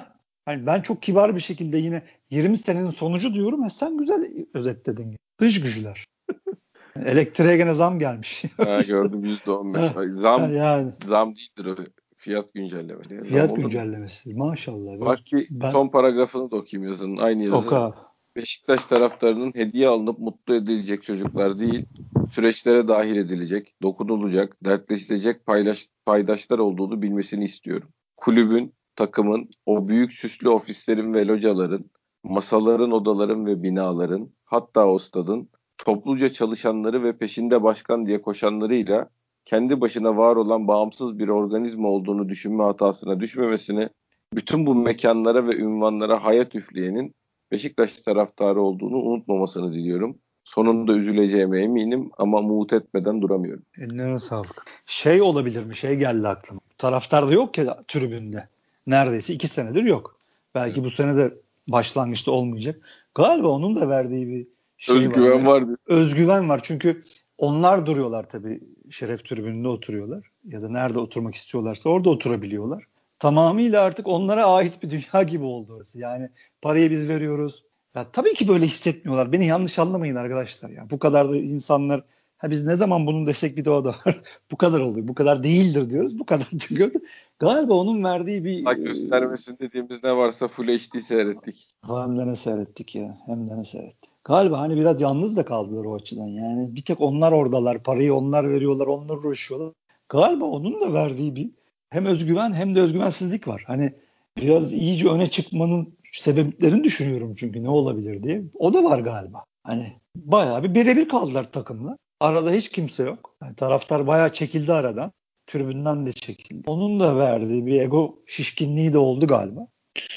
Hani ben çok kibar bir şekilde yine yirmi senenin sonucu diyorum. Ha, sen güzel özetledin. Dış güçler. Elektriğe gene zam gelmiş.
Ha, gördüm yüzde on beş.
Ha,
Ay,
ha,
Zam
yani
zam değildir o. Fiyat güncellemesi. Yani zam
fiyat
olur mu?
güncellemesi. Maşallah. Biraz
Bak bir
ben
son paragrafını da okuyayım yazının. Aynı
o
yazı.
kadar.
Beşiktaş taraftarının hediye alınıp mutlu edilecek çocuklar değil, süreçlere dahil edilecek, dokunulacak, dertleşilecek paylaş, paydaşlar olduğunu bilmesini istiyorum. Kulübün, takımın, o büyük süslü ofislerin ve locaların, masaların, odaların ve binaların, hatta o stadın, topluca çalışanları ve peşinde başkan diye koşanlarıyla kendi başına var olan bağımsız bir organizma olduğunu düşünme hatasına düşmemesini, bütün bu mekanlara ve ünvanlara hayat üfleyenin Beşiktaş taraftarı olduğunu unutmamasını diliyorum. Sonunda üzüleceğime eminim ama umut etmeden duramıyorum.
Ellerine sağlık. Şey olabilir mi? Şey geldi aklıma. Taraftar da yok ya tribünde. Neredeyse iki senedir yok. Belki
Evet.
bu sene de başlangıçta olmayacak. Galiba onun da verdiği bir şey var.
Özgüven
Hani
vardı.
özgüven var. Çünkü onlar duruyorlar tabii. Şeref tribününde oturuyorlar. Ya da nerede oturmak istiyorlarsa orada oturabiliyorlar. Tamamıyla artık onlara ait bir dünya gibi oldu orası. Yani parayı biz veriyoruz. Ya tabii ki böyle hissetmiyorlar. Beni yanlış anlamayın arkadaşlar. Ya bu kadar da insanlar, ha biz ne zaman bunu desek bir de o da var. Bu kadar oluyor. Bu kadar değildir diyoruz. Bu kadar çıkıyor. Galiba onun verdiği bir
Allah
e,
göstermesin dediğimiz ne varsa Full H D seyrettik.
hem de ne seyrettik ya. Hem de ne seyrettik. Galiba hani biraz yalnız da kaldılar o açıdan. Yani bir tek onlar oradalar. Parayı onlar veriyorlar. Onlar uğraşıyorlar. Galiba onun da verdiği bir hem özgüven hem de özgüvensizlik var. Hani biraz iyice öne çıkmanın sebeplerini düşünüyorum çünkü ne olabilir diye. O da var galiba. Hani bayağı bir birebir kaldılar takımla. Arada hiç kimse yok. Yani taraftar bayağı çekildi aradan. Tribünden de çekildi. Onun da verdiği bir ego şişkinliği de oldu galiba.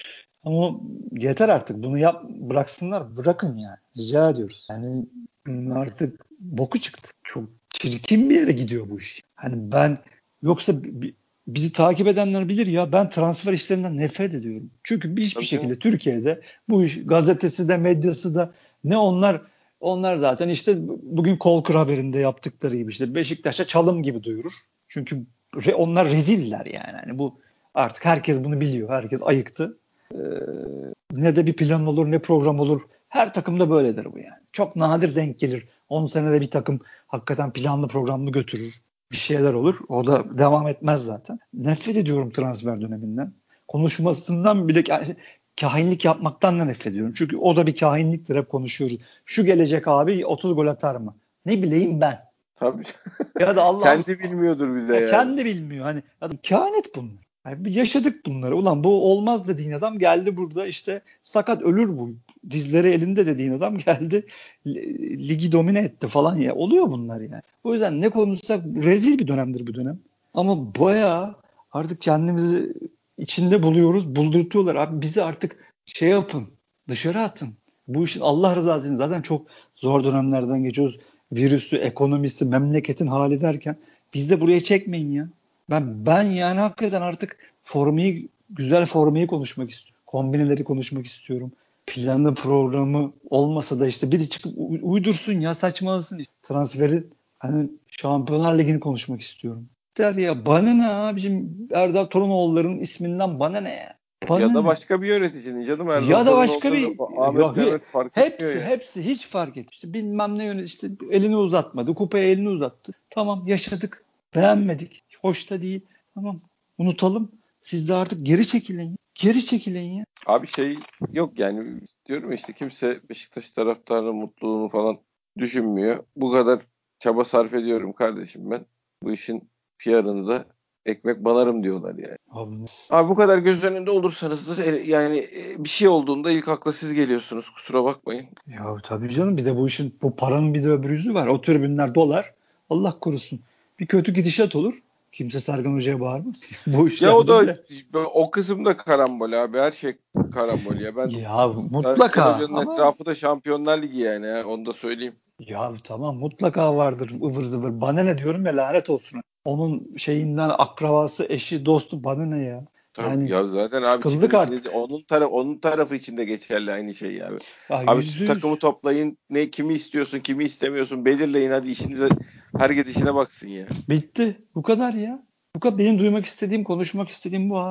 Ama yeter artık bunu yap bıraksınlar bırakın yani rica ediyoruz. Yani bunun artık boku çıktı. Çok çirkin bir yere gidiyor bu iş. Hani ben yoksa bi- bizi takip edenler bilir ya ben transfer işlerinden nefret ediyorum. Çünkü bir hiçbir
Tabii canım.
şekilde Türkiye'de bu iş gazetesi de medyası da ne onlar onlar zaten işte bugün Kolkır haberinde yaptıkları gibi işte Beşiktaş'a çalım gibi duyurur. Çünkü re, onlar reziller yani. Yani bu artık herkes bunu biliyor. Herkes ayıktı. Ee, ne de bir plan olur ne program olur. Her takımda böyledir bu yani. Çok nadir denk gelir. on senede bir takım hakikaten planlı programlı götürür. Bir şeyler olur. O da devam etmez zaten. Nefret ediyorum transfer döneminden. Konuşmasından bile yani kahinlik yapmaktan da nefret ediyorum. Çünkü o da bir kahinliktir, hep konuşuyoruz. Şu gelecek abi otuz gol atar mı? Ne bileyim ben.
Tabii.
Ya da Allah'ım
Kendi bilmiyordur bir de
ya
yani.
kendi bilmiyor. Hani adam kehanet bunlar. Yani bir yaşadık bunları. Ulan bu olmaz dediğin adam geldi burada işte sakat ölür bu. Dizleri elinde dediğin adam geldi ligi domine etti falan ya. Oluyor bunlar yani. O yüzden ne konuşsak rezil bir dönemdir bu dönem. Ama bayağı artık kendimizi içinde buluyoruz. Buldurtuyorlar. Abi bizi artık şey yapın. Dışarı atın. Bu işin Allah rızası için zaten çok zor dönemlerden geçiyoruz. Virüsü, ekonomisi, memleketin hali derken biz de buraya çekmeyin ya. Ben ben yani hakikaten artık formayı güzel formayı konuşmak istiyorum. Kombineleri konuşmak istiyorum. Planlı programı olmasa da işte biri çıkıp uydursun ya saçmalasın. Transferi hani Şampiyonlar Ligi'ni konuşmak istiyorum. Der ya bana ne abicim Erdal Torunoğulları'nın isminden bana ne ya? Bana
Ya da
ne?
başka bir yöneticinin canım Erdal
Ya da başka
Torunoğlu
bir
da Ahmet
ya,
Mehmet fark etmiyor
hepsi
ya.
hepsi hiç fark etmiyor. İşte bilmem ne yönet işte elini uzatmadı. Kupaya elini uzattı. Tamam yaşadık. Beğenmedik. Hoş da değil. Tamam. Unutalım. Siz de artık geri çekilin. Geri çekilin ya.
Abi şey yok yani diyorum ya işte kimse Beşiktaş taraftarının mutluluğunu falan düşünmüyor. Bu kadar çaba sarf ediyorum kardeşim ben. Bu işin P R'ını da ekmek banarım diyorlar yani.
Abi,
Abi bu kadar göz önünde olursanız da e, yani e, bir şey olduğunda ilk akla siz geliyorsunuz. Kusura bakmayın.
ya tabii canım bir de bu işin bu paranın bir de öbür yüzü var. O tribünler dolar. Allah korusun. Bir kötü gidişat olur. Kimse Sergen Hoca'ya bağırmaz. Bu
Ya o
işlerde
da
de
o kısım da karambol abi. Her şey karambol ya. Ben
ya
Sergen
mutlaka
Hoca'nın
ama
etrafı da Şampiyonlar Ligi yani. Ha, onu da söyleyeyim.
ya tamam mutlaka vardır ıvır zıvır. Bana ne diyorum ya lanet olsun. Onun şeyinden akrabası, eşi, dostu bana ne ya?
Tabii
Yani
ya zaten abi çıkın
sıkıldık
işinizi
artık.
onun tarafı onun tarafı için de geçerli aynı şey ya.
Ya
Abi
yüzde
tüm takımı
yüz.
toplayın. Ne kimi istiyorsun, kimi istemiyorsun belirleyin hadi işinize herkes işine baksın ya.
Bitti. Bu kadar ya. Bu kadar benim duymak istediğim, konuşmak istediğim bu abi.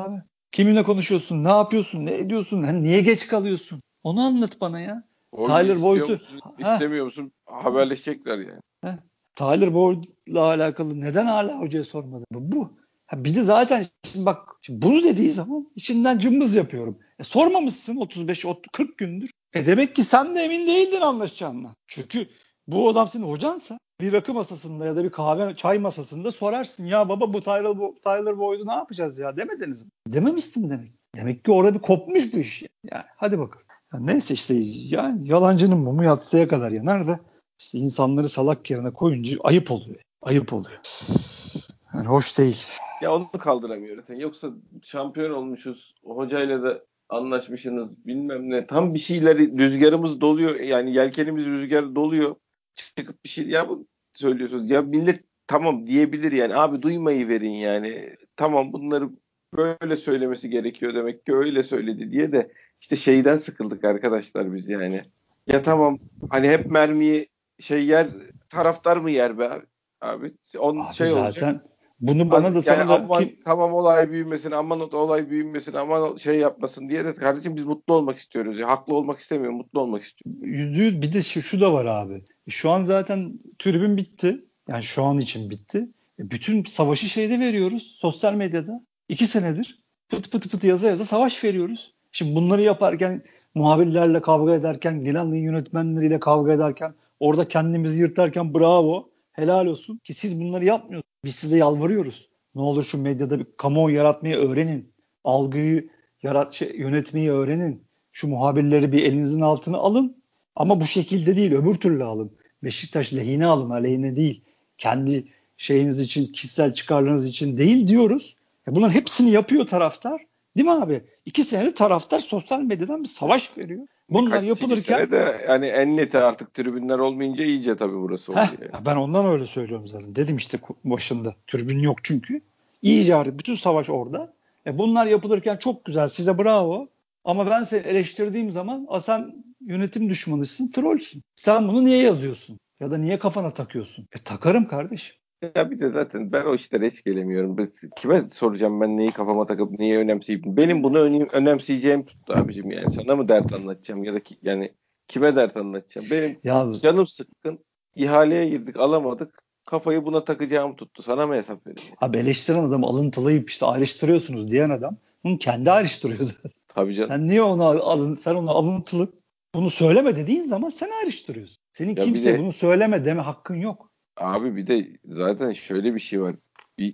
Kiminle konuşuyorsun? Ne yapıyorsun? Ne ediyorsun? Hani niye geç kalıyorsun? Onu anlat bana ya.
Hoca
Tyler
istiyor
Boyd'u
musun,
ha,
istemiyor musun? Haberleşecekler yani.
ha. Tyler Boyd'la alakalı neden hala hocaya sormadı? Bu. bu. Ha, bir de zaten şimdi bak şimdi bunu dediği zaman içinden cımbız yapıyorum. E, sormamışsın otuz beş kırk gündür. E demek ki sen de emin değildin anlaşacağından. Çünkü bu adam senin hocansa bir rakı masasında ya da bir kahve çay masasında sorarsın. Ya baba bu Tyler, Tyler Boyd'u ne yapacağız ya demediniz mi? Dememişsin demek. Demek ki orada bir kopmuş bu iş. Yani hadi bakalım. Ya neyse işte yani yalancının mumu yatsıya kadar yanar da işte insanları salak yerine koyunca ayıp oluyor. Ayıp oluyor. Yani hoş değil.
Ya onu kaldıramıyor zaten. Yoksa şampiyon olmuşuz. Hocayla da anlaşmışsınız bilmem ne. Tam bir şeyleri rüzgarımız doluyor. Yani yelkenimiz rüzgar doluyor. Çıkıp bir şey ya bu söylüyorsunuz. Ya millet tamam diyebilir yani. Abi duymayı verin yani. Tamam bunları böyle söylemesi gerekiyor demek ki öyle söyledi diye de işte şeyden sıkıldık arkadaşlar biz yani. Ya tamam hani hep mermiyi şey yer taraftar mı yer be abi? Abi on
Abi
şey olacak.
zaten bunu
Az-
bana da
Yani
sana da
aman
kim
tamam olay büyümesin, aman o olay büyümesin, aman o şey yapmasın diye de kardeşim biz mutlu olmak istiyoruz. Ya, haklı olmak istemiyorum, mutlu olmak istiyorum.
yüzde yüz bir de şu, şu da var abi. Şu an zaten tribün bitti. Yani şu an için bitti. E, bütün savaşı şeyde veriyoruz. Sosyal medyada. İki senedir pıt pıt pıt yaza yaza savaş veriyoruz. Şimdi bunları yaparken muhabirlerle kavga ederken, Dilan'ın yönetmenleriyle kavga ederken, orada kendimizi yırtarken bravo, helal olsun ki siz bunları yapmıyorsunuz. Biz size yalvarıyoruz. Ne olur şu medyada bir kamuoyu yaratmayı öğrenin. Algıyı yarat, şey, yönetmeyi öğrenin. Şu muhabirleri bir elinizin altına alın. Ama bu şekilde değil, öbür türlü alın. Beşiktaş lehine alın, aleyhine değil. Kendi şeyiniz için, kişisel çıkarlarınız için değil diyoruz. E bunların hepsini yapıyor taraftar. Değil mi abi? İki senedir taraftar sosyal medyadan bir savaş veriyor. Bunlar
Birkaç iki
yapılırken
sene de yani en neti artık tribünler olmayınca iyice tabii burası
heh,
oluyor. Yani.
ben ondan öyle söylüyorum zaten. Dedim işte başında. Tribün yok çünkü. İyice artık bütün savaş orada. E bunlar yapılırken çok güzel. Size bravo. Ama ben seni eleştirdiğim zaman a sen yönetim düşmanısın, trollsün. Sen bunu niye yazıyorsun? Ya da niye kafana takıyorsun? E takarım kardeşim.
Ya bir de zaten ben o işlere hiç gelemiyorum. Ben, kime soracağım ben neyi kafama takıp neyi önemseyip. Benim bunu öne- önemseyeceğim tuttu abicim yani. Sana mı dert anlatacağım ya da ki, yani kime dert anlatacağım? Benim
Ya
canım sıkkın. İhaleye girdik alamadık. Kafayı buna takacağım tuttu. Sana mı hesap vereceğim?
abi eleştiren adamı alıntılayıp işte ayrıştırıyorsunuz diyen adam bunu kendi ayrıştırıyor zaten.
Tabii canım.
Sen niye onu alın, sen onu alıntılı bunu söyleme dediğin zaman sen ayrıştırıyorsun. Senin
Ya bir
kimseye
de
bunu söyleme deme hakkın yok.
abi bir de zaten şöyle bir şey var. Bir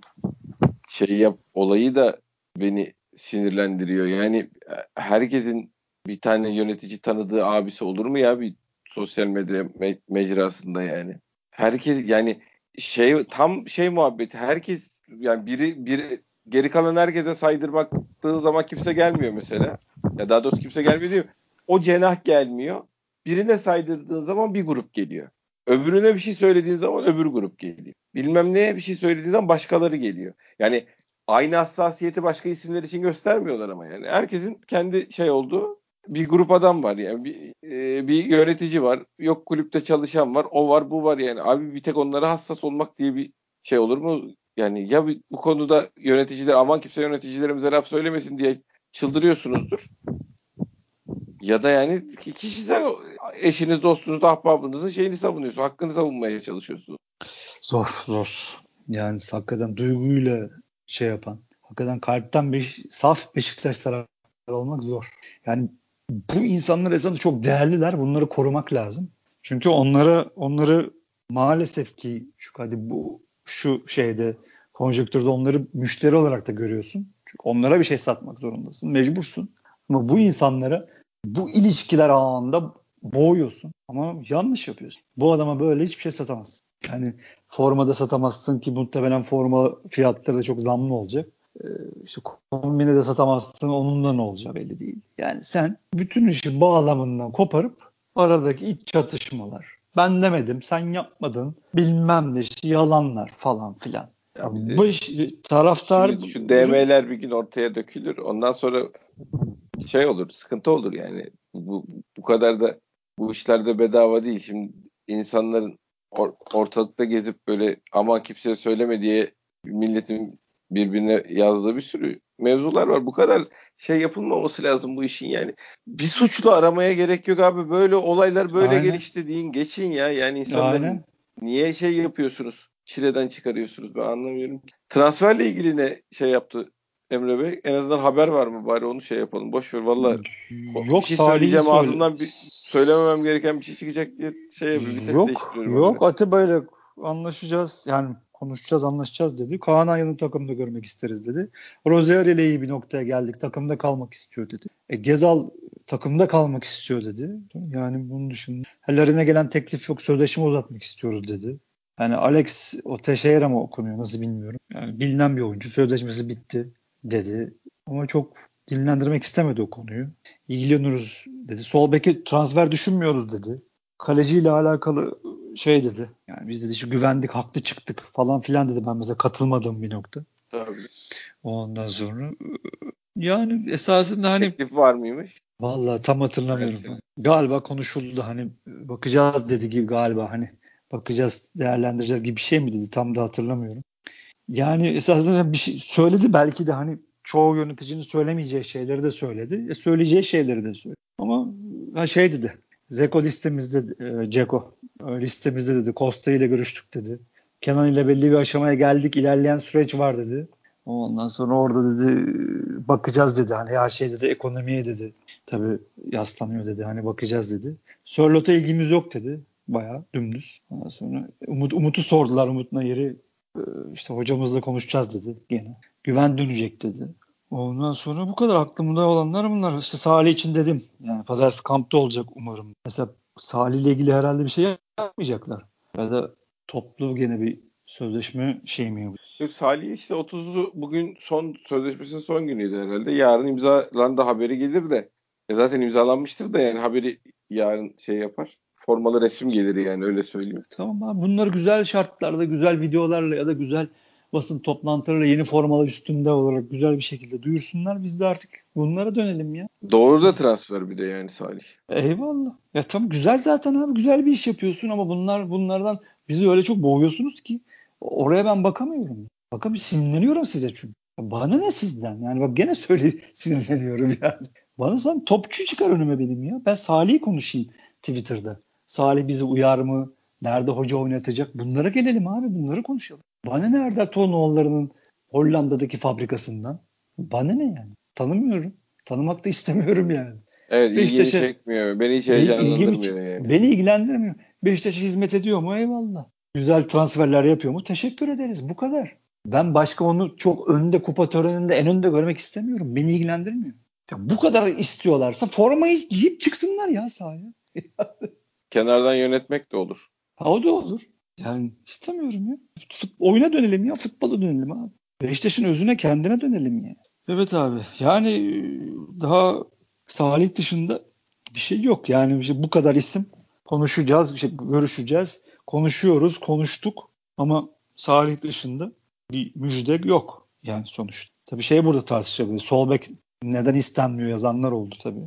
şey yap olayı da beni sinirlendiriyor. Yani e, herkesin bir tane yönetici tanıdığı abisi olur mu ya bir sosyal medya me- mecrasında yani. Herkes yani şey tam şey muhabbeti herkes yani biri biri geri kalan herkese saydırmak baktığı zaman kimse gelmiyor mesela. Ya daha doğrusu kimse gelmiyor diyor. O cenah gelmiyor. Birine saydırdığın zaman bir grup geliyor. Öbürüne bir şey söylediğin zaman öbür grup geliyor. Bilmem neye bir şey söylediğin zaman başkaları geliyor. Yani aynı hassasiyeti başka isimler için göstermiyorlar ama yani. Herkesin kendi şey olduğu bir grup adam var yani. Bir, e, bir yönetici var. Yok kulüpte çalışan var. O var bu var yani. Abi bir tek onlara hassas olmak diye bir şey olur mu? Yani ya bir, bu konuda yöneticiler aman kimse yöneticilerimize laf söylemesin diye çıldırıyorsunuzdur. Ya da yani kişisel eşiniz, dostunuz, ahbabınızın şeyini savunuyorsunuz. Hakkını savunmaya çalışıyorsunuz.
Zor zor. Yani hakikaten duyguyla şey yapan, hakikaten kalpten bir saf Beşiktaş taraftarı olmak zor. Yani bu insanlar esasında çok değerliler. Bunları korumak lazım. Çünkü onlara onları maalesef ki şu hadi bu şu şeyde konjonktürde onları müşteri olarak da görüyorsun. Çünkü onlara bir şey satmak zorundasın. Mecbursun. Ama bu insanları bu ilişkiler ağında boğuyorsun. Ama yanlış yapıyorsun. Bu adama böyle hiçbir şey satamazsın. Yani formada satamazsın ki muhtemelen forma fiyatları da çok zamlı olacak. Ee, işte kombine de satamazsın onun da ne olacağı belli değil. Yani sen bütün işi bağlamından koparıp aradaki iç çatışmalar. Ben demedim, sen yapmadın, bilmem ne işte yalanlar falan filan. Ya
Ya bir de
bu iş, taraftar
şimdi şu D M'ler bir gün ortaya dökülür. Ondan sonra şey olur, sıkıntı olur yani. Bu bu kadar da bu işlerde bedava değil. Şimdi insanların or- ortalıkta gezip böyle aman kimseye söyleme diye milletin birbirine yazdığı bir sürü mevzular var. Bu kadar şey yapılmaması lazım bu işin yani. Bir suçlu aramaya gerek yok abi. Böyle olaylar böyle
Aynen.
gelişti deyin geçin ya. Yani insanların
Aynen.
niye şey yapıyorsunuz? Çileden çıkarıyorsunuz ben anlamıyorum. Transferle ilgili ne şey yaptı Emre Bey? En azından haber var mı? Bari onu şey yapalım. Boş ver valla bir
Yok,
şey
Salih'i
söyleyeceğim
söyle.
ağzımdan bir söylememem gereken bir şey çıkacak diye şey yapıyor. Vites
Yok.
değiştiriyorum
Yok.
habire.
Atiba ile anlaşacağız. Yani konuşacağız, anlaşacağız dedi. Kaan Ayhan'ı takımda görmek isteriz dedi. Rozier ile iyi bir noktaya geldik. Takımda kalmak istiyor dedi. E, Gezal takımda kalmak istiyor dedi. Yani bunun dışında ellerine gelen teklif yok. Sözleşme uzatmak istiyoruz dedi. Yani Alex o Teixeira mı okunuyor nasıl bilmiyorum. Yani bilinen bir oyuncu. Sözleşmesi bitti dedi. Ama çok dinlendirmek istemedi o konuyu. İlgileniyoruz dedi. Sol beki transfer düşünmüyoruz dedi. Kaleciyle alakalı şey dedi. Yani biz dedi şu güvendik, haklı çıktık falan filan dedi. Ben mesela katılmadığım bir nokta.
Tabii.
Ondan sonra yani esasında hani
Teklif var mıymış?
vallahi tam hatırlamıyorum.
Gelsin.
Galiba konuşuldu hani bakacağız dedi gibi galiba hani bakacağız, değerlendireceğiz gibi bir şey mi dedi tam da hatırlamıyorum. Yani esasında bir şey söyledi belki de hani çoğu yöneticinin söylemeyeceği şeyleri de söyledi. E, söyleyeceği şeyleri de söyledi. Ama ha şey dedi. Zeko listemizde e, Ceko e, listemizde dedi. Costa ile görüştük dedi. Kenan ile belli bir aşamaya geldik. İlerleyen süreç var dedi. Ondan sonra orada dedi bakacağız dedi. Hani her şey dedi ekonomiye dedi. Tabii yaslanıyor dedi. Hani bakacağız dedi. Sörlot'a ilgimiz yok dedi. Bayağı dümdüz. Ondan sonra Umut, Umut'u sordular. Umut Nayır'ı ee, işte hocamızla konuşacağız dedi gene. Güven dönecek dedi. Ondan sonra bu kadar aklımda olanlar bunlar. İşte Salih için dedim. Yani pazartesi kampta olacak umarım. Mesela Salih ile ilgili herhalde bir şey yapmayacaklar. Ya da toplu gene bir sözleşme şey mi yapacak?
Yok Salih işte otuzu bugün son sözleşmesinin son günüydü herhalde. Yarın imzalandı haberi gelir de. E zaten imzalanmıştır da yani haberi yarın şey yapar. Formalı resim gelir yani öyle söyleyeyim.
Tamam abi, bunları güzel şartlarda, güzel videolarla ya da güzel basın toplantılarıyla yeni formalar üstünde olarak güzel bir şekilde duyursunlar. Biz de artık bunlara dönelim ya.
Doğru da transfer bir de yani Salih.
Eyvallah. Ya tam güzel zaten abi. Güzel bir iş yapıyorsun ama bunlar bunlardan bizi öyle çok boğuyorsunuz ki oraya ben bakamıyorum. Bakamıyorum. Sinirleniyorum size çünkü. Bana ne sizden? Yani bak gene söyle sinirleniyorum yani. Bana sen topçu çıkar önüme benim ya. Ben Salih'i konuşayım Twitter'da. Salih bizi uyar mı? Nerede hoca oynatacak? Bunlara gelelim abi. Bunları konuşalım. Bana ne Erdal Tonoğulları'nın Hollanda'daki fabrikasından? Bana ne yani? Tanımıyorum. Tanımak da istemiyorum yani.
Evet ilgini
Beşiktaş'a
çekmiyor. Beni hiç
il- ilgimi ç-
heyecanlandırmıyor yani.
beni ilgilendirmiyor. Beşiktaş'a hizmet ediyor mu? Eyvallah. Güzel transferler yapıyor mu? Teşekkür ederiz. Bu kadar. Ben başka onu çok önde kupa töreninde en önde görmek istemiyorum. Beni ilgilendirmiyor. Ya bu kadar istiyorlarsa formayı giyip çıksınlar ya sahaya.
Kenardan yönetmek de olur.
Ha, o da olur. Yani istemiyorum ya. Fut, oyuna dönelim ya. Futbola dönelim abi. Beşiktaş'ın özüne kendine dönelim ya. Evet abi. Yani e, daha Salih dışında bir şey yok. Yani işte bu kadar isim konuşacağız, işte görüşeceğiz. Konuşuyoruz, konuştuk ama Salih dışında bir müjde yok yani sonuçta. Tabii şey burada tartışılabilir. Sol bek neden istenmiyor yazanlar oldu tabii.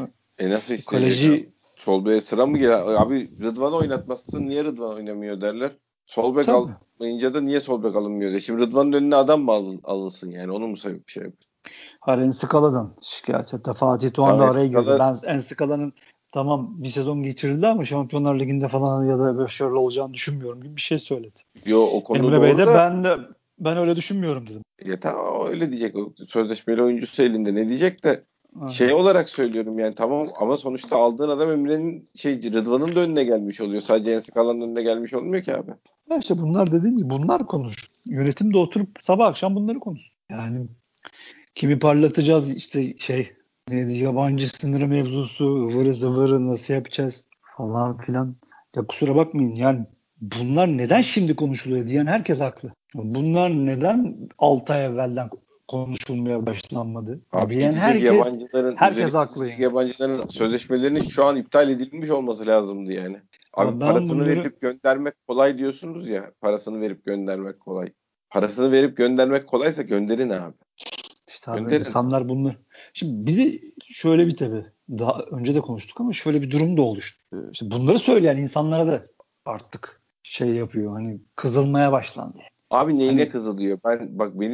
E nasıl isteyecek abi?
Kaleci
Sol beke sıra mı girer? Abi Rıdvan oynatmazsın niye Rıdvan oynamıyor derler. Sol bek
tabii.
almayınca da niye sol bek alınmıyor diye. Şimdi Rıdvan'ın önüne adam mı alın, alınsın yani onu mu sebep bir şey yapıyor?
Haren Skala'dan şikayet. Hatta Fatih Doğan da
Tamam
araya girdi.
Eskala
Ben En Skala'nın tamam bir sezon geçirildi ama Şampiyonlar Ligi'nde falan ya da başarılı olacağını düşünmüyorum gibi bir şey söyledi.
yo o konuda
Emre Bey
doğru
de
da
ben de ben öyle düşünmüyorum dedim.
ya tamam o öyle diyecek. O sözleşmeli oyuncusu elinde ne diyecek de şey
Aynen.
olarak söylüyorum yani tamam ama sonuçta aldığın adam Emre'nin şey Rıdvan'ın da önüne gelmiş oluyor. Sadece Enskala'nın önüne gelmiş olmuyor ki abi.
Ya işte bunlar dediğim gibi bunlar konuş. Yönetim de oturup sabah akşam bunları konuş. Yani kimi parlatacağız işte şey neydi yabancı sınırı mevzusu ıvırı zıvırı nasıl yapacağız falan filan. Ya kusura bakmayın yani bunlar neden şimdi konuşuluyor diyen herkes haklı. Bunlar neden altı ay evvelden konuşulmaya başlanmadı
Abi
diyen
gidecek
herkes
yabancıların
herkes
üzerine
haklı
gidecek
yani.
yabancıların sözleşmelerinin şu an iptal edilmiş olması lazımdı yani. Abi
Ama ben
parasını
bunları
verip göndermek kolay diyorsunuz ya. Parasını verip göndermek kolay. Parasını verip göndermek kolaysa gönderin abi.
işte abi
Gönderin abi.
insanlar bunlar. Şimdi bir de şöyle bir tabii daha önce de konuştuk ama şöyle bir durum da oluştu. Ee, İşte bunları söyleyen insanlara da artık şey yapıyor hani kızılmaya başlandı.
Abi neyine
Hani
kızılıyor? Ben bak beni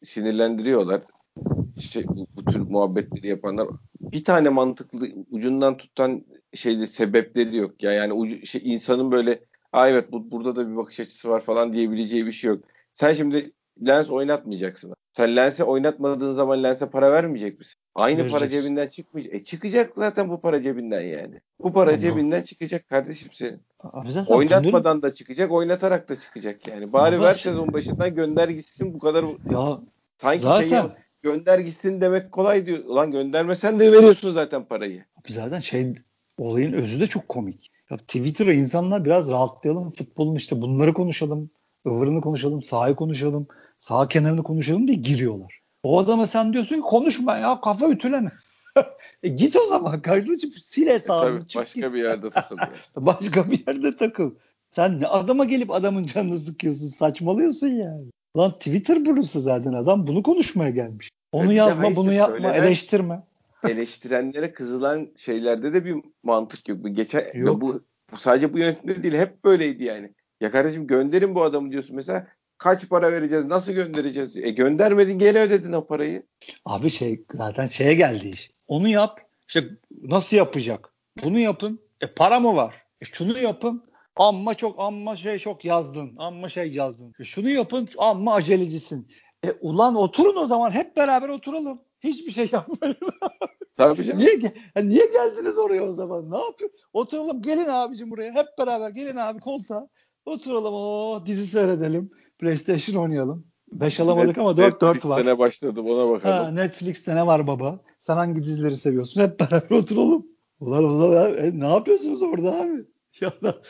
sinirlendiriyorlar. İşte bu, bu tür muhabbetleri yapanlar bir tane mantıklı ucundan tutan şeyde sebepleri yok. Ya yani ucu, şey, insanın böyle Aa, evet bu, burada da bir bakış açısı var falan diyebileceği bir şey yok. Sen şimdi lens oynatmayacaksın. Sen lense oynatmadığın zaman lense para vermeyecek misin? Aynı para
Vereceksin.
cebinden çıkmayacak. E çıkacak zaten bu para cebinden yani. Bu para
Ama
cebinden çıkacak kardeşim senin.
abi zaten bunların
Oynatmadan da çıkacak, oynatarak da çıkacak yani. Bari
baba
ver sezon başından gönder gitsin bu kadar.
ya
Sanki şey
zaten
ya, gönder gitsin demek kolay diyor. Ulan göndermesen de veriyorsun zaten parayı.
zaten şey olayın özü de çok komik. Ya Twitter'a insanlar biraz rahatlayalım futbolun işte bunları konuşalım, ıvırını konuşalım, sahayı konuşalım, sağ kenarını konuşalım diye giriyorlar. O adama sen diyorsun ki konuşma ya kafa ütüleme. E git o zaman kardeşim sil
E tabii
hesabını çık
başka
git.
bir yerde takıl yani.
Başka bir yerde takıl. Sen ne adama gelip adamın canını sıkıyorsun saçmalıyorsun yani. Lan Twitter burası zaten adam bunu konuşmaya gelmiş. Onu
Ve bir de
yazma
hayır işte
bunu yapma
söylenen
eleştirme.
eleştirenlere kızılan şeylerde de bir mantık yok. Bu geçen ve
Yok.
bu, bu sadece bu yönetimde değil hep böyleydi yani. Ya kardeşim gönderin bu adamı diyorsun mesela kaç para vereceğiz nasıl göndereceğiz? E göndermedin geri ödedin o parayı.
Abi şey zaten şeye geldi iş. Onu yap. İşte nasıl yapacak? Bunu yapın. E para mı var? E şunu yapın. Amma çok amma şey çok yazdın. Amma şey yazdın. E şunu yapın. Amma acelecisin. E ulan oturun o zaman hep beraber oturalım. Hiçbir şey yapmayın.
Tabii canım.
Niye ge- ha, niye geldiniz oraya o zaman? Ne yapıyor? Oturalım gelin abicim buraya. Hep beraber gelin abi koltuğa. Oturalım o dizi seyredelim. PlayStation oynayalım. beş
Net,
alamadık ama dört dört
Netflix'te
var.
ne başladım ona
Ha,
bakalım.
Netflix'te ne var baba? Sen hangi dizileri seviyorsun? Hep beraber oturalım. Ulan o zaman e, ne yapıyorsunuz orada abi? Ya da,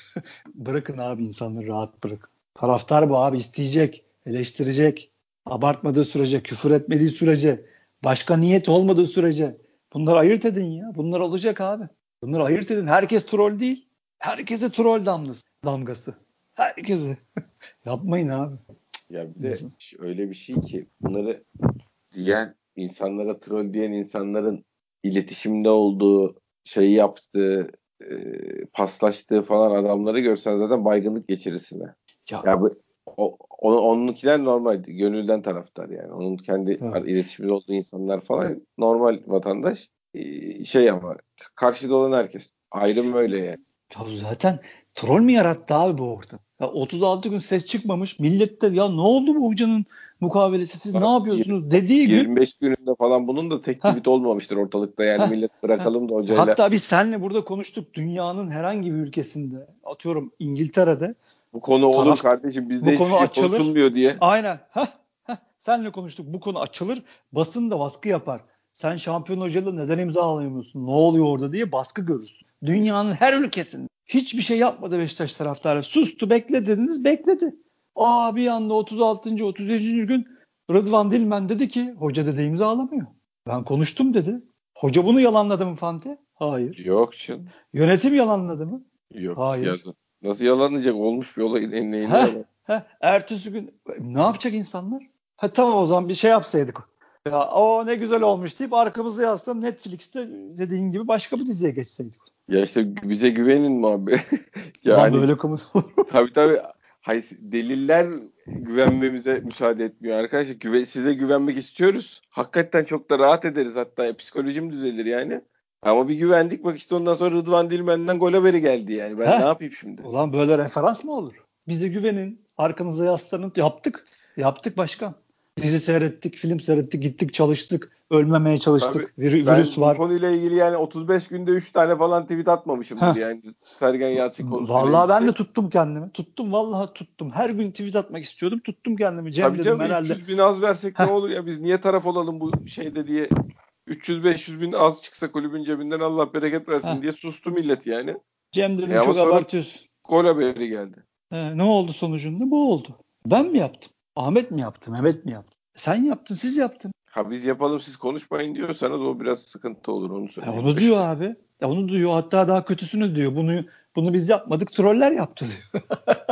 bırakın abi insanları rahat bırakın. Taraftar bu abi isteyecek, eleştirecek. Abartmadığı sürece, küfür etmediği sürece, başka niyet olmadığı sürece. Bunları ayırt edin ya. Bunlar olacak abi. Bunları ayırt edin. Herkes troll değil. Herkese troll damgası. damgası. Herkese. Yapmayın abi.
Ya bir de öyle bir şey ki bunları diyen insanlara troll diyen insanların iletişimde olduğu şeyi yaptığı e, paslaştığı falan adamları görsen zaten baygınlık geçirirsin ha.
Ya,
Ya bu o, o, onunkiler normal gönülden taraftar yani. Onun kendi
evet.
iletişimde olduğu insanlar falan normal vatandaş. E, şey ama karşıda olan herkes. Ayrım öyle yani.
Ya zaten troll mü yarattı abi bu ortam? Ya otuz altı gün ses çıkmamış. Millet de ya ne oldu bu hocanın mukavelesi siz ne
Lan
yapıyorsunuz dediği gün
yirmi beş gününde falan bunun da tek
heh,
tweet olmamıştır ortalıkta. Yani
heh,
millet
heh.
bırakalım da hocayla.
Hatta biz seninle burada konuştuk. Dünyanın herhangi bir ülkesinde atıyorum İngiltere'de
Bu konu olur
taraf
kardeşim bizde
bu
hiçbir
konu
şey
açılır.
konuşulmuyor diye.
Aynen. Heh, heh. Seninle konuştuk. Bu konu açılır. Basın da baskı yapar. Sen şampiyon hocayla neden imzalayamıyorsun? Ne oluyor orada diye baskı görürsün. Dünyanın her ülkesinde. Hiçbir şey yapmadı Beşiktaş taraftarı. Sustu bekle dediniz bekledi. Aa bir anda otuz altıncı otuz yedinci gün Rıdvan Dilmen dedi ki hoca dedi imzalamıyor. Ben konuştum dedi. Hoca bunu yalanladı mı Fante? Hayır.
Yok canım.
Yönetim yalanladı mı?
Yok
Hayır.
yazın. Nasıl yalanlayacak? Olmuş bir olayın en neyine
Heh,
yalan.
heh. Ertesi gün ne yapacak insanlar? Ha tamam o zaman bir şey yapsaydık. Ya o ne güzel olmuş deyip arkamızı yaslanıp Netflix'te dediğin gibi başka bir diziye geçseydik.
Ya işte bize güvenin muhabbet.
Ulan
Yani
böyle komut olur mu?
tabii tabii. Hayır, deliller güvenmemize müsaade etmiyor arkadaşlar. Güve, size güvenmek istiyoruz. Hakikaten çok da rahat ederiz hatta. Psikolojim düzelir yani. Ama bir güvendik bak işte ondan sonra Rıdvan Dilmen'den gol haberi geldi yani. Ben ne
Heh.
yapayım şimdi?
Ulan böyle referans mı olur? Bize güvenin. Arkanıza yaslanın. Yaptık. Yaptık başkan. Dizi seyrettik, film seyrettik, gittik çalıştık. Ölmemeye
Tabii
çalıştık. Vir- virüs
ben bu
var.
konuyla ilgili yani otuz beş günde üç tane falan tweet atmamışımdır
Heh.
yani Sergen Yalçın konusuyla
Vallahi ben de
ilgili.
tuttum kendimi. Tuttum vallahi tuttum. Her gün tweet atmak istiyordum. Tuttum kendimi. Cem
Tabii
dedim
canım
herhalde.
üç yüz bin az versek ne
Heh,
olur ya biz niye taraf olalım bu şeyde diye üç yüz beş yüz bin az çıksa kulübün cebinden Allah bereket versin
heh.
diye sustu millet yani.
Cem
E
dedim
ama
çok
sonra
abartıyorsun.
gol haberi geldi.
He, ne oldu sonucunda? Bu oldu. Ben mi yaptım? Ahmet mi yaptı? Mehmet mi yaptı? Sen yaptın, siz yaptın.
Ha biz yapalım siz konuşmayın diyorsanız o biraz sıkıntı olur onu
He,
söyleyeyim.
onu diyor abi. E, onu diyor. Hatta daha kötüsünü diyor. Bunu bunu biz yapmadık. Troller yaptı diyor.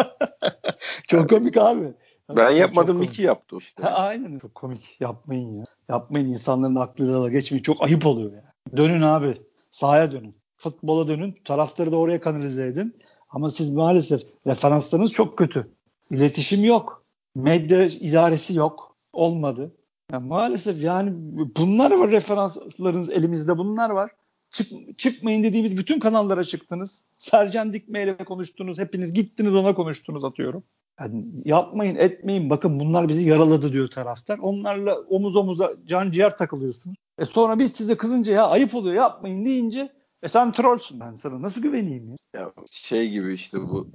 Çok
Yani
komik abi.
ben
Hakikaten çok
yapmadım
komik.
Miki yaptı o
Ha,
işte.
aynen. Çok komik. Yapmayın ya. Yapmayın. İnsanların aklıyla dalga geçmeyin. Çok ayıp oluyor ya. Dönün abi. Sahaya dönün. Futbola dönün. Taraftarı da oraya kanalize edin. Ama siz maalesef referanslarınız çok kötü. İletişim yok. Medya idaresi yok. olmadı. Ya maalesef yani bunlar var, referanslarınız elimizde bunlar var. Çık, çıkmayın dediğimiz bütün kanallara çıktınız. Sercan Dikme ile konuştunuz. Hepiniz gittiniz ona konuştunuz atıyorum. Yani yapmayın etmeyin bakın bunlar bizi yaraladı diyor taraftar. Onlarla omuz omuza can ciğer takılıyorsunuz. E sonra biz size kızınca ya ayıp oluyor yapmayın deyince e sen trollsün, ben sana nasıl güveneyim ya?
Ya şey gibi işte bu,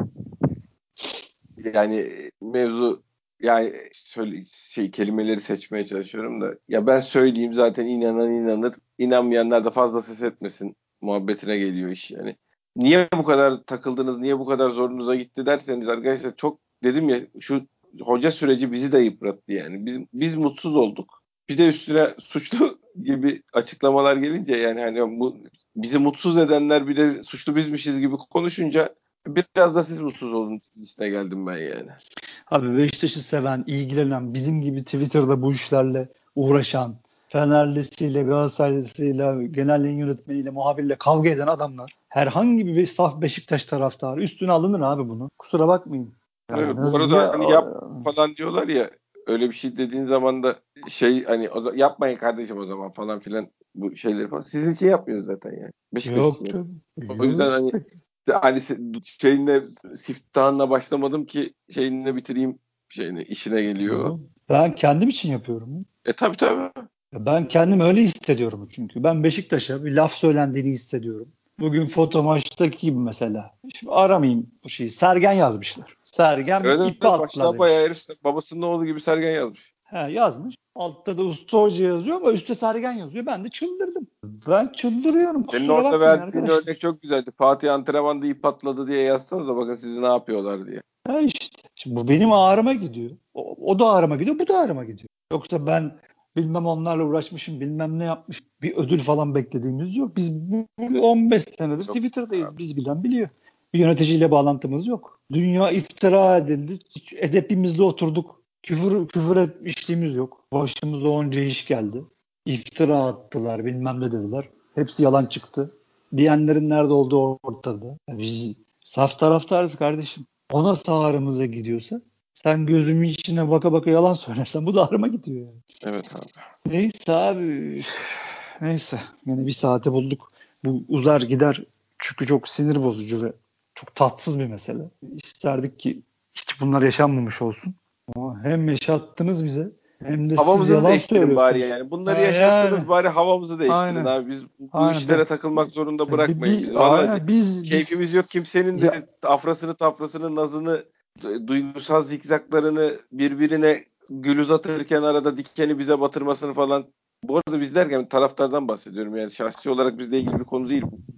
yani mevzu, yani söyle, şey kelimeleri seçmeye çalışıyorum da, ya ben söyleyeyim zaten inanan inanır, inanmayanlar da fazla ses etmesin muhabbetine geliyor iş yani. Niye bu kadar takıldınız, niye bu kadar zorunuza gitti derseniz arkadaşlar, çok dedim ya, şu hoca süreci bizi de yıprattı yani. Biz biz mutsuz olduk. Bir de üstüne suçlu gibi açıklamalar gelince, yani hani bu bizi mutsuz edenler bir de suçlu bizmişiz gibi konuşunca biraz da siz mutsuz olun listeye geldim ben yani.
Abi Beşiktaş'ı seven, ilgilenen, bizim gibi Twitter'da bu işlerle uğraşan, Fenerlisiyle, Galatasaraylısıyla, genel yayın yönetmeniyle, muhabirle kavga eden adamlar herhangi bir saf Beşiktaş taraftarı üstüne alınır abi bunu. Kusura bakmayın.
Evet,
Yani
bu
nasıl diye
arada hani yap falan diyorlar ya, öyle bir şey dediğin zaman da şey, hani o, yapmayın kardeşim o zaman falan filan, bu şeyleri falan. Sizin için yapmıyoruz zaten yani. Beşiktaş için
yok
yapıyoruz.
canım.
O yüzden
Yok.
hani hani se- şeyinle, siftahınla başlamadım ki şeyinle bitireyim, şeyini işine geliyor.
Yok. Ben kendim için yapıyorum.
E tabii tabii.
Ben kendim öyle hissediyorum çünkü. Ben Beşiktaş'a bir laf söylendiğini hissediyorum. Bugün foto maçtaki gibi mesela. Şimdi aramayayım bu şeyi. Sergen yazmışlar. Sergen
Evet,
ipe
evet,
attılar
baştan bayağı
demiş.
herif babasının oğlu gibi Sergen yazmış.
He, yazmış. Altta da Usta Hoca yazıyor ama üstte Sergen yazıyor. Ben de çıldırdım. Ben çıldırıyorum.
Senin
Kusura
orada
bakmayın
verdiğin
arkadaşlar.
örnek çok güzeldi. Fatih antrenmanda ip patladı diye yazsanız da bakın sizi ne yapıyorlar diye.
Ha işte. Şimdi bu benim ağrıma gidiyor. O, o da ağrıma gidiyor. Bu da ağrıma gidiyor. Yoksa ben bilmem onlarla uğraşmışım, bilmem ne yapmış. Bir ödül falan beklediğimiz yok. Biz bu- bu on beş senedir
Yok
Twitter'dayız.
abi.
Biz bilen biliyor. Bir yöneticiyle bağlantımız yok. Dünya iftira edildi. Hiç edepimizle oturduk. Küfür, küfür etmişliğimiz yok. Başımıza onca iş geldi. İftira attılar, bilmem ne dediler. Hepsi yalan çıktı. Diyenlerin nerede olduğu ortada. Biz saf taraftarız kardeşim. Ona sağrımıza gidiyorsa sen gözümün içine baka baka yalan söylersen bu da ağrıma gidiyor yani.
Evet abi.
Neyse abi. Neyse. Yine bir saate bulduk. Bu uzar gider. Çünkü çok sinir bozucu ve çok tatsız bir mesele. İsterdik ki hiç bunlar yaşanmamış olsun. Ama hem yaşattınız bize hem de siz
Havamızı
yalan
değiştirin bari
söylüyorsunuz.
yani. Bunları
Ha yani.
yaşattınız, bari havamızı değiştirin
Aynen.
abi. Biz bu
Aynen. Be,
işlere takılmak zorunda
bir,
bırakmayın
bir,
bizi. Vallahi
aynen. Biz biz
keyfimiz yok. Kimsenin
ya
de afrasını, tafrasını, nazını, du- duygusal zikzaklarını, birbirine gül uzatırken arada dikeni bize batırmasını falan. Bu arada biz derken taraftardan bahsediyorum yani, şahsi olarak bizle ilgili bir konu değil bu.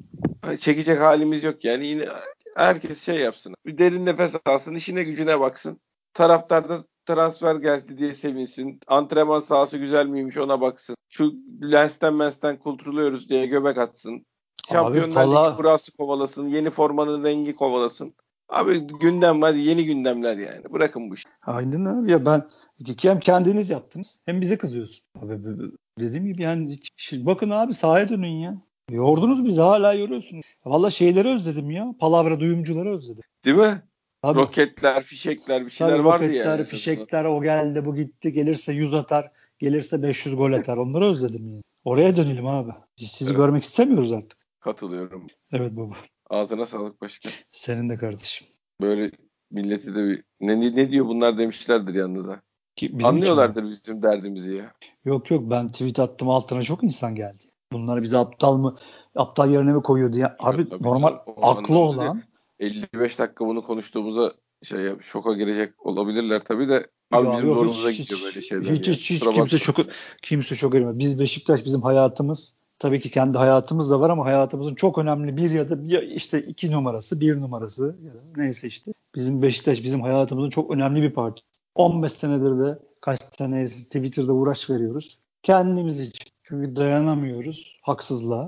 Çekecek halimiz yok yani, yine herkes şey yapsın. Bir derin nefes alsın, işine gücüne baksın. Taraftar da transfer geldi diye sevinsin. Antrenman sahası güzel miymiş ona baksın. Şu lensten mensten kurtuluyoruz diye göbek atsın.
abi
Şampiyonlar Ligi
pala
kurası kovalasın. Yeni formanın rengi kovalasın. Abi gündem var, yeni gündemler yani. Bırakın bu işi.
aynen abi ya ben hem kendiniz yaptınız hem bize kızıyorsun. Abi, b- b- dediğim gibi yani hiç- şimdi bakın abi sahaya dönün ya. Yordunuz bizi hala yoruyorsunuz. Valla şeyleri özledim ya. Palavra duyumcuları özledim.
Değil mi?
Tabii.
Roketler, fişekler, bir şeyler
Tabii
vardı yani
roketler,
en azından.
fişekler o geldi bu gitti. Gelirse yüz atar. Gelirse beş yüz gol atar. Onları özledim ya. Oraya dönelim abi. Biz sizi
Evet,
görmek istemiyoruz artık.
katılıyorum.
Evet baba.
Ağzına sağlık başkan.
Senin de kardeşim.
Böyle milleti de bir, ne, ne diyor bunlar demişlerdir yalnız ha.
Ki bizim için mi?
Anlıyorlardır bizim derdimizi ya.
Yok yok ben tweet attım altına çok insan geldi. Bunlar bizi aptal mı aptal yerine mi koyuyor diye.
Yok
Abi
tabii
normal
canım, o
aklı
anlamda değil.
olan
elli beş dakika bunu konuştuğumuza şey yap- şoka girecek olabilirler tabii de, abi
ya
bizim
yok
zorumuza
hiç
gidiyor böyle
hiç
şeyler
hiç
ya.
hiç, hiç
Kusura
kimse
bakma.
çok kimse çok girmiyor. Biz Beşiktaş bizim hayatımız. Tabii ki kendi hayatımız da var ama hayatımızın çok önemli bir ya da bir, işte iki numarası, bir numarası ya da neyse işte. Bizim Beşiktaş bizim hayatımızın çok önemli bir parçası. on beş senedir de kaç sene Twitter'da uğraş veriyoruz. Kendimiz için. Çünkü dayanamıyoruz haksızlığa.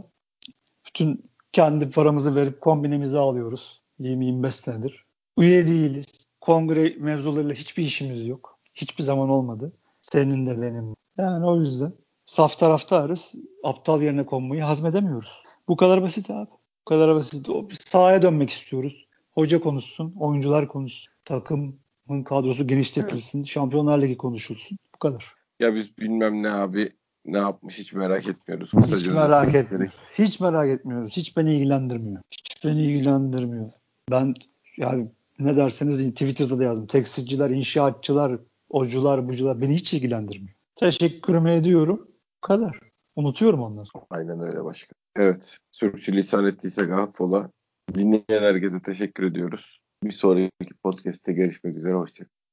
Bütün kendi paramızı verip kombinemizi alıyoruz. yirmi yirmi beş senedir. Üye değiliz. Kongre mevzularıyla hiçbir işimiz yok. Hiçbir zaman olmadı. Senin de benim. Yani o yüzden saf taraftarız. Aptal yerine konmayı hazmedemiyoruz. Bu kadar basit abi. Bu kadar basit. O, biz sahaya dönmek istiyoruz. Hoca konuşsun, oyuncular konuşsun. Takım kadrosu genişletilsin. Evet. Şampiyonlar Ligi konuşulsun. Bu kadar.
Ya biz bilmem ne abi ne yapmış hiç merak etmiyoruz.
Hiç merak etmiyoruz. Hiç merak etmiyoruz. Hiç beni ilgilendirmiyor. Hiç beni ilgilendirmiyor. Ben yani ne derseniz Twitter'da da yazdım. Tekstilciler, inşaatçılar, ocular, bucular beni hiç ilgilendirmiyor. Teşekkürümü ediyorum. Bu kadar. Unutuyorum onları.
Aynen öyle başkan. Evet. Sürçülisan ettiysek affola. Dinleyen herkese teşekkür ediyoruz. Bir sonraki podcast'te görüşmek üzere. Hoşçakalın.